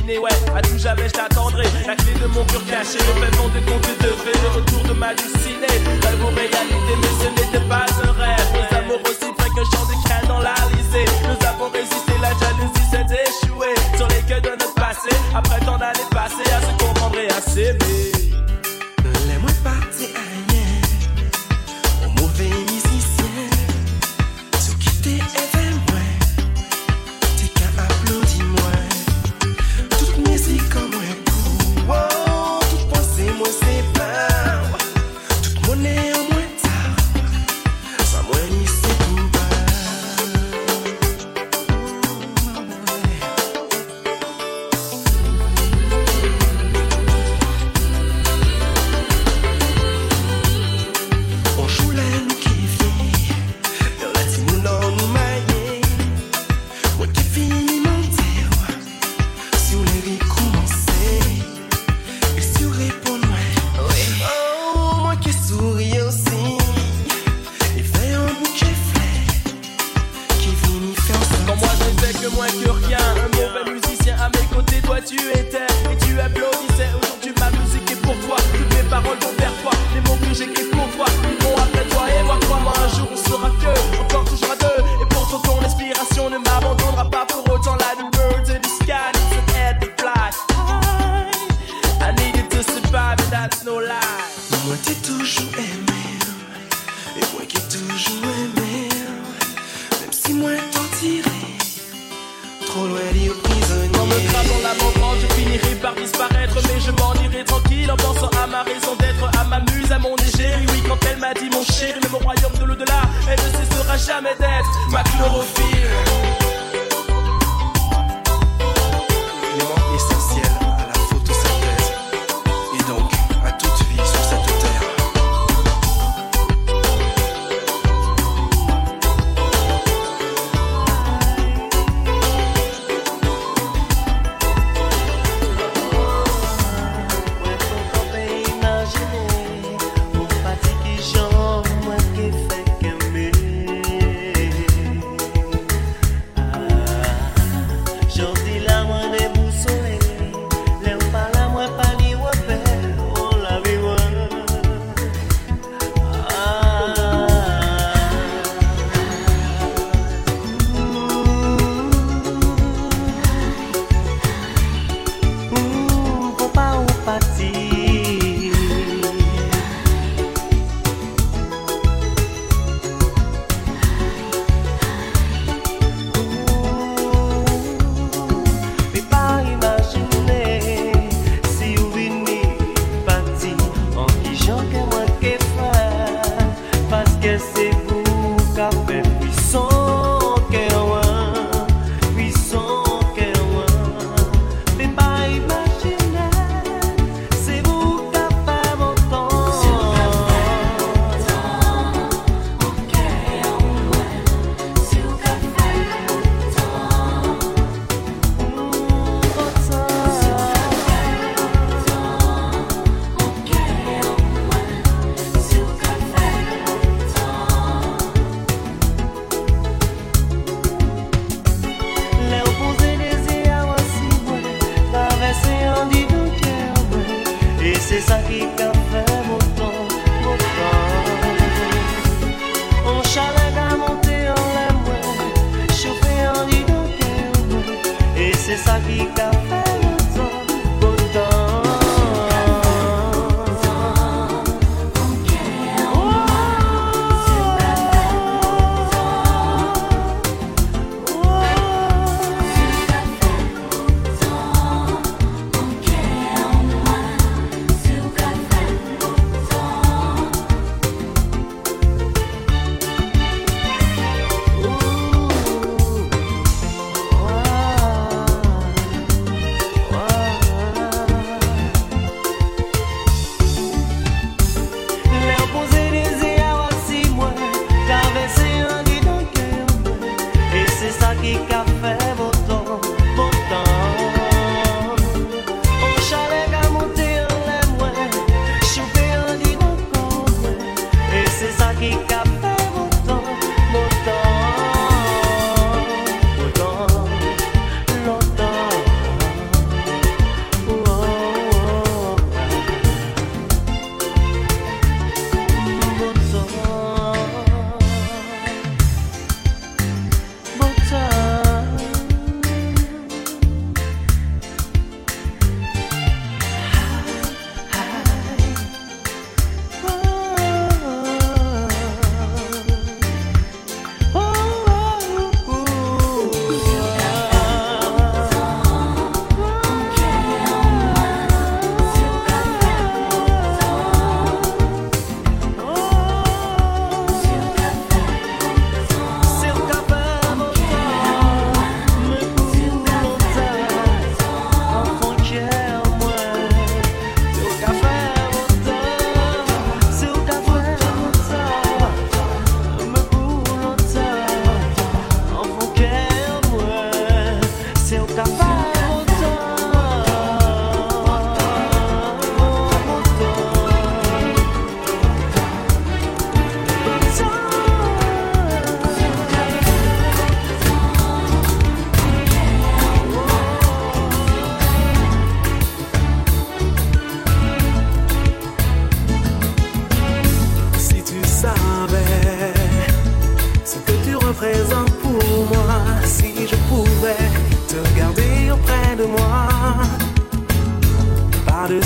destiné, ouais, à tout jamais je t'attendrai. La clé de mon cœur caché, le fait fond de contes de fées, le retour de ma destinée. Rêve ou réalité, mais ce n'était pas un rêve. Nos amours aussi frais qu'un champ de canne dans l'Alizé. Nous avons résisté, la jalousie s'est échouée sur les queues de notre passé. Après tant d'années passées à se comprendre et à s'aimer. Les mois partis ailleurs, au mauvais musicien, sur qui t'es aimé moi, t'es qu'à applaudir moi. Toute musique comme moi, wow, toute pensée moi c'est pas, toute monnaie en moins tard, ça moi ni c'est tout bas. Tu étais et tu applaudissais. Aujourd'hui ma musique est pour toi. Toutes mes paroles vont vers toi. Les mots que j'écris pour toi iront après toi. Et moi crois-moi, un jour on sera que encore toujours à deux. Et pourtant ton inspiration ne m'abandonnera pas pour autant. Like the birds in the sky needs an air to fly. I needed to survive and that's no lie. Moi t'es toujours aimé et moi qui toujours aimé. Même si moi t'en tiré trop loin d'y prisonnier. Quand me crabe dans la membrane, je finirai par disparaître. Mais je m'en irai tranquille en pensant à ma raison d'être, à ma muse, à mon égérie. Oui, quand elle m'a dit mon chéri, mais mon royaume de l'au-delà, elle ne cessera jamais d'être ma chlorophylle. Élément essentiel à la photosynthèse et donc à toute vie sur cette terre.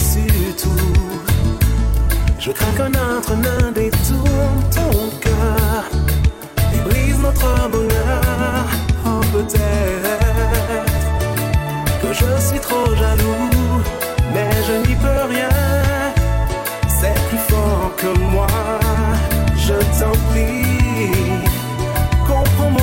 par-dessus tout. Je crains qu'un autre ne détourne ton cœur et brise notre bonheur. Oh, peut-être que je suis trop jaloux, mais je n'y peux rien. C'est plus fort que moi, je t'en prie, comprends-moi.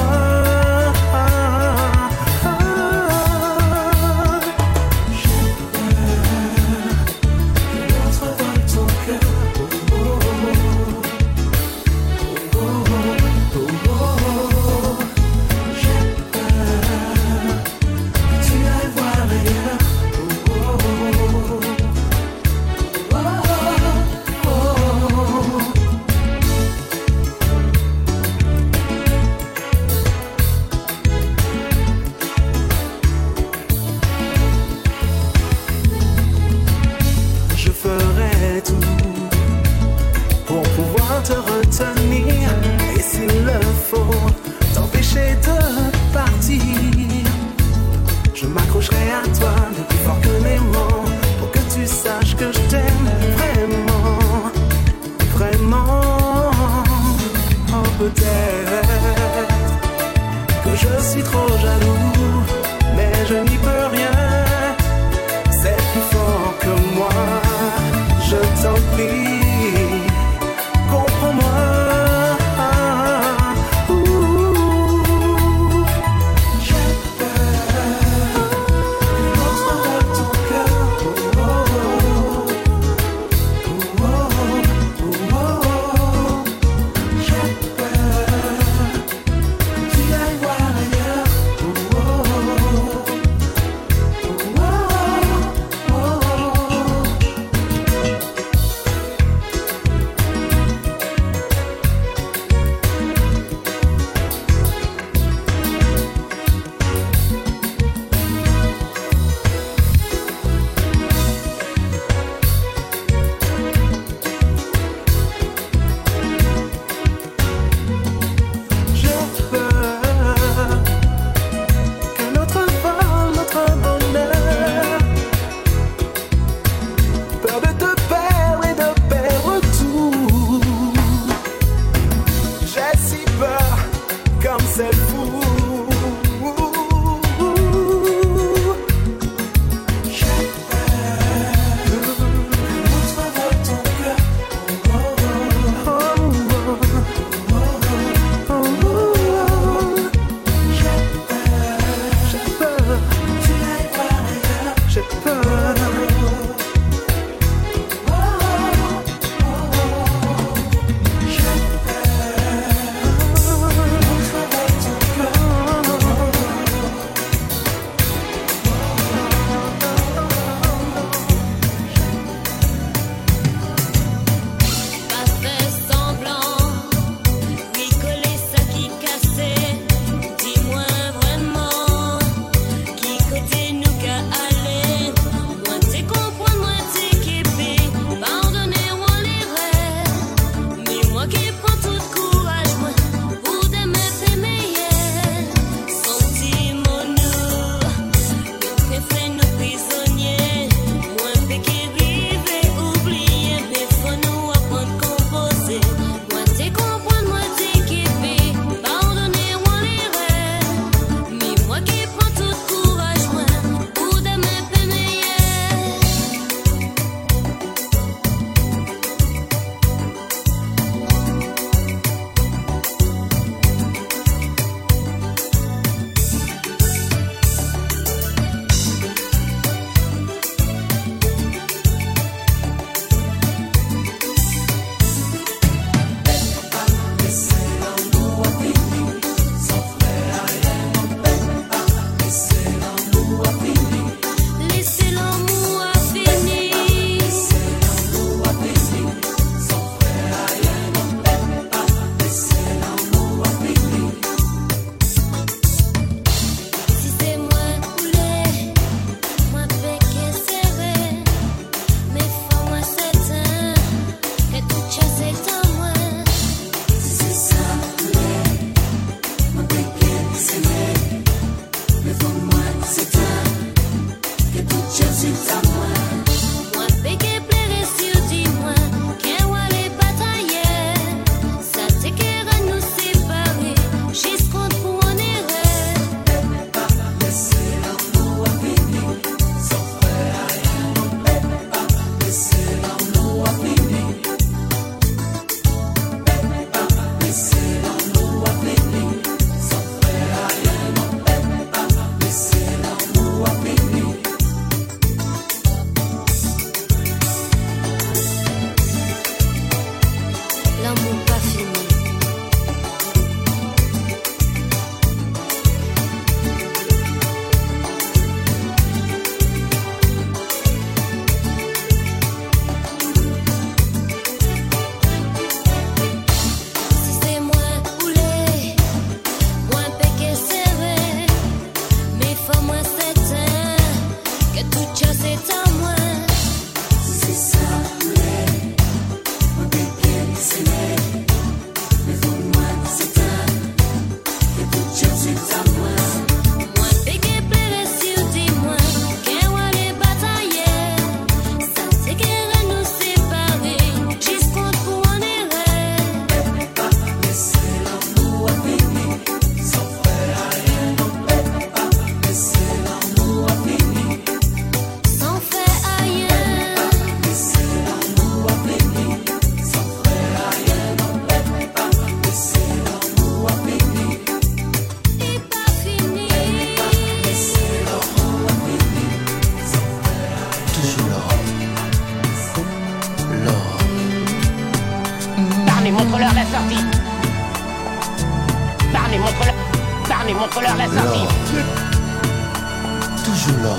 montre-leur la sortie. Toujours là.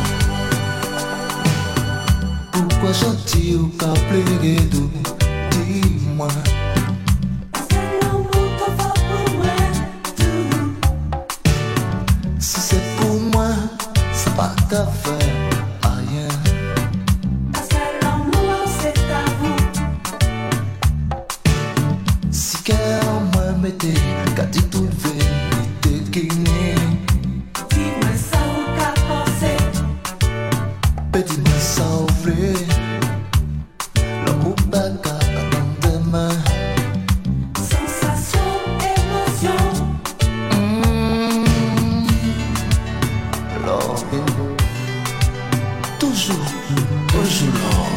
Pourquoi gentil ou pas pleurer doux? Dis-moi. Si c'est pour moi, c'est pas qu'à faire rien. Si qu'elle moi mettez, qu'a dit toute vérité qui n'est. Dis-moi ça ou qu'a pensé. Dis-moi ça ou vrai. L'amour pas qu'à attendre demain. Sensation, émotion. Love, toujours, toujours love.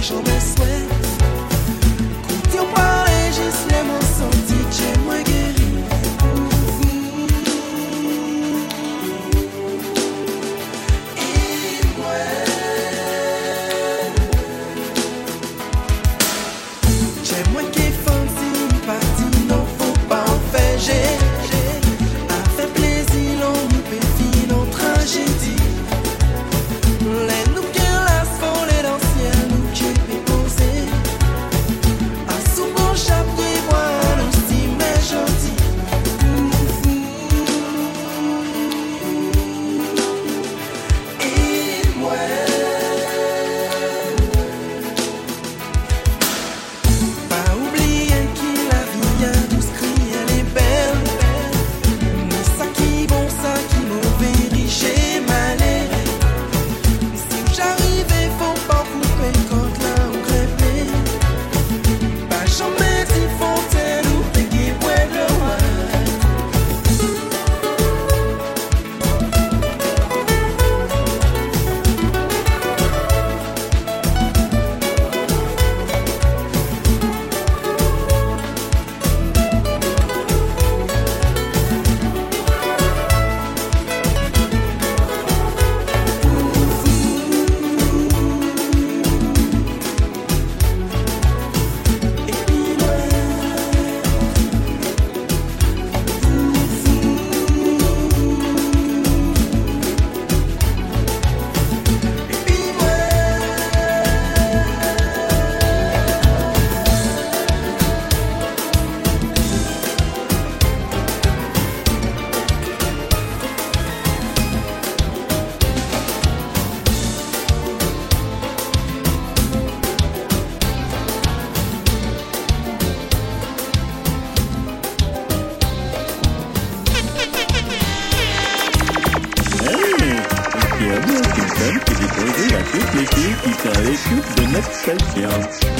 Écoute, on parle juste les mots sentis, j'ai moins guéri. toutes les filles qui sont à l'écoute de notre station.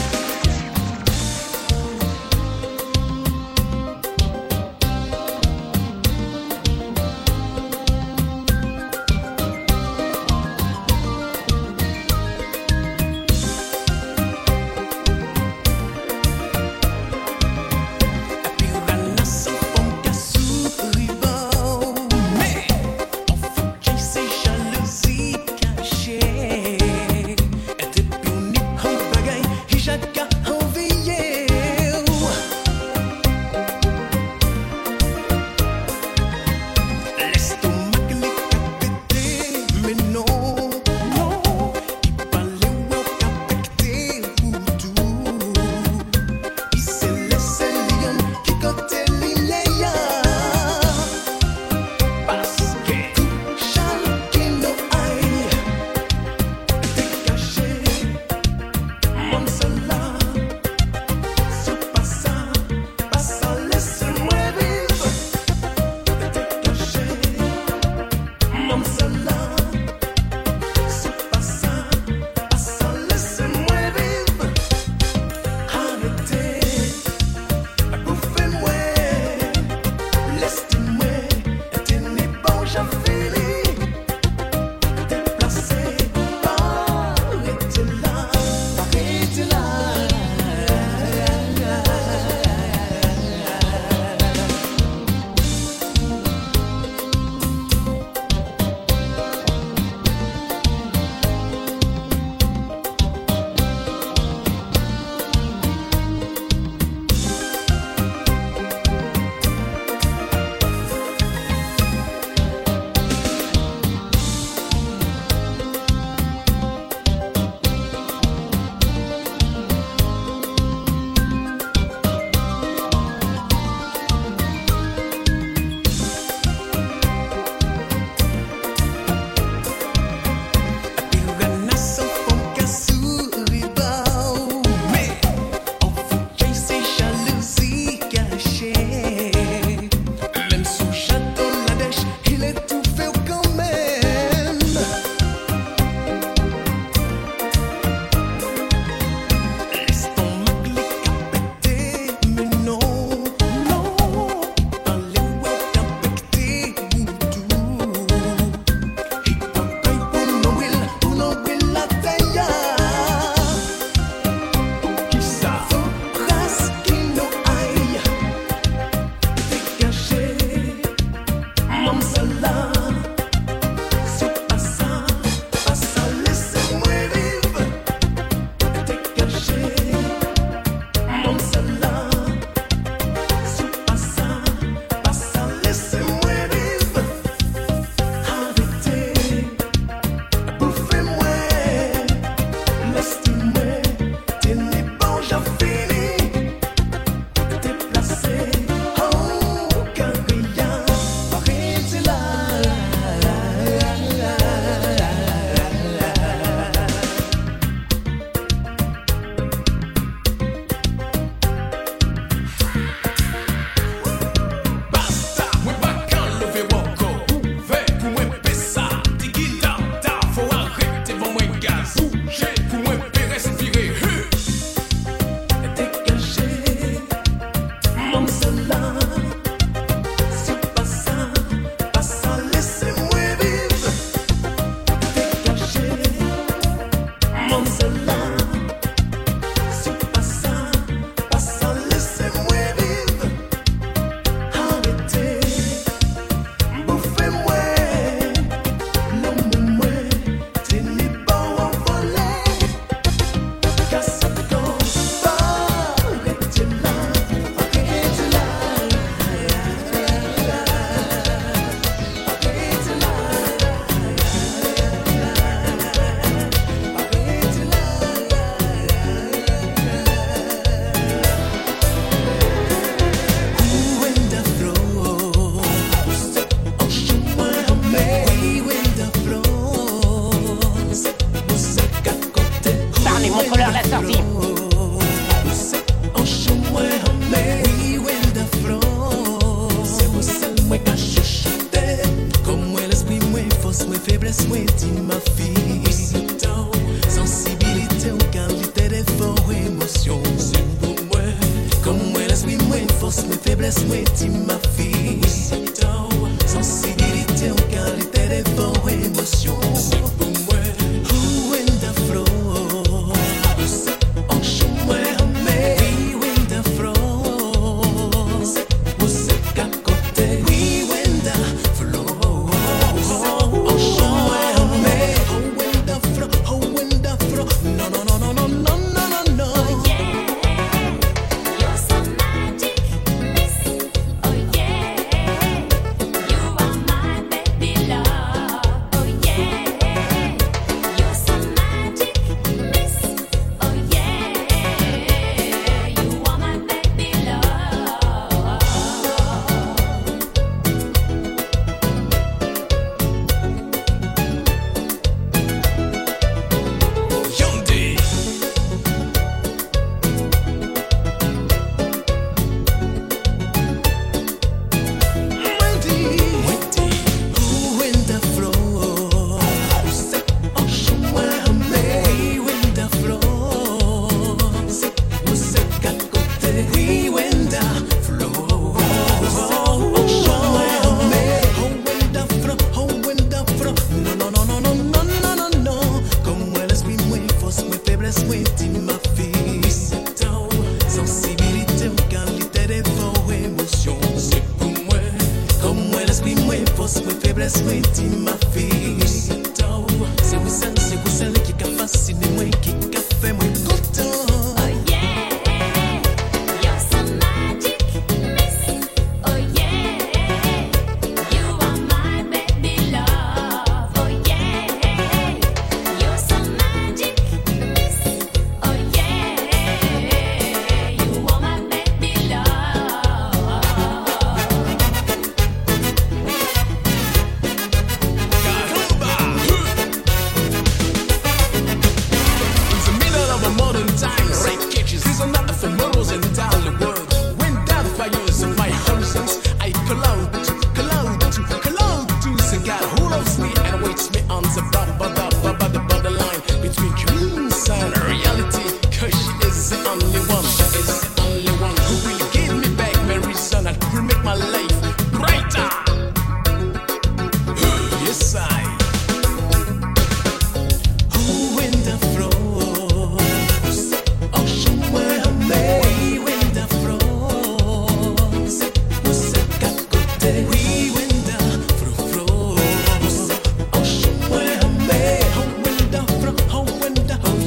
Faiblesse, moi, dis ma fille. faiblesse, moi, tu ma fille. Sensibilité, en qualité de vos émotions. Who in the flow? En chemin, mais we in the flow. Vous êtes qu'à côté. We in the flow. En chemin, mais who in the flow? Who in the flow? No, no, no, no, no, no, no, no, no. Oh yeah, you're so magic, miss. Oh yeah, you are my baby love. Oh yeah, you're so magic, miss. Oh yeah, you are my baby love. Yondé. Wendy, who in the flow? En chemin, mais who in the flow? Vous êtes qu'à côté. We in the flow. En chemin, mais who in the flow? Who in the flow? No, no, no, no, no, no, no, no, no. Comme moi, l'esprit, moi, force, moi, faiblesse, moi, dis ma fille. Sensibilité, en qualité de vos émotions. C'est pour moi. Comme moi, l'esprit, moi, force, moi, faiblesse, moi, dis ma fille. C'est vous seul qui a fasciné moi, qui a fait moi content. Oh yeah, you're so magic, miss. Oh yeah, you are my baby love. Oh yeah, you're so magic, miss. Oh yeah, you are my baby love. In the middle of a modern time, rape cages, these are not the phenomenals in the world. When down the fires of my horizons, I call out to the God who loves me and waits me on the borderline between dreams and reality. Cause she is the only one, who will give me back my reason and will make my life brighter. Yes, Who in the flow? En chemin, mais who in the flow? Vous êtes qu'à côté. We in the flow. En chemin, mais who in the flow? Who in the oh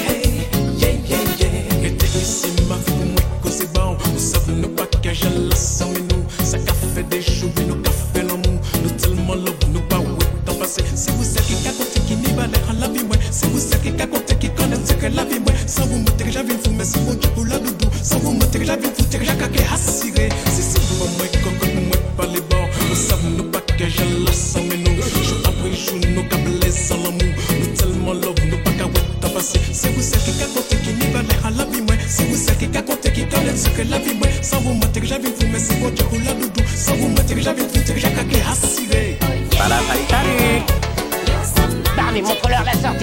yeah. Était ici ma vie pour moi que c'est bon. Nous savons nous pas que je la sens mais nous ça qu'a fait des jours nous qu'a fait l'amour. Nous tellement love nous pas ouais temps passé. Si vous êtes qui a compté qui n'y va l'air la vie moi. Si vous êtes qui a compté qui connaît ce que la vie moi. Sans vous me dire j'avais fou mais si vous dites pour la doudou. Sans vous me dire j'avais fou dire j'ai qu'à assurer. Si vous moi coco moi pas les bons. Nous savons nous pas que je la sens mais nous jour après jour nous qu'a blessé l'amour. Nous tellement love nous pas qu'à ouais temps passé. Si vous êtes qui a compté qui n'y va l'air la vie moi. Si vous êtes qui a compté qui connaît ce que la vie moi. Sans vous me dire j'avais fou mais si vous dites pour la doudou. Sans vous me dire j'avais fou dire j'ai qu'à assurer. You're so magic, Barney, montre-leur la sortie.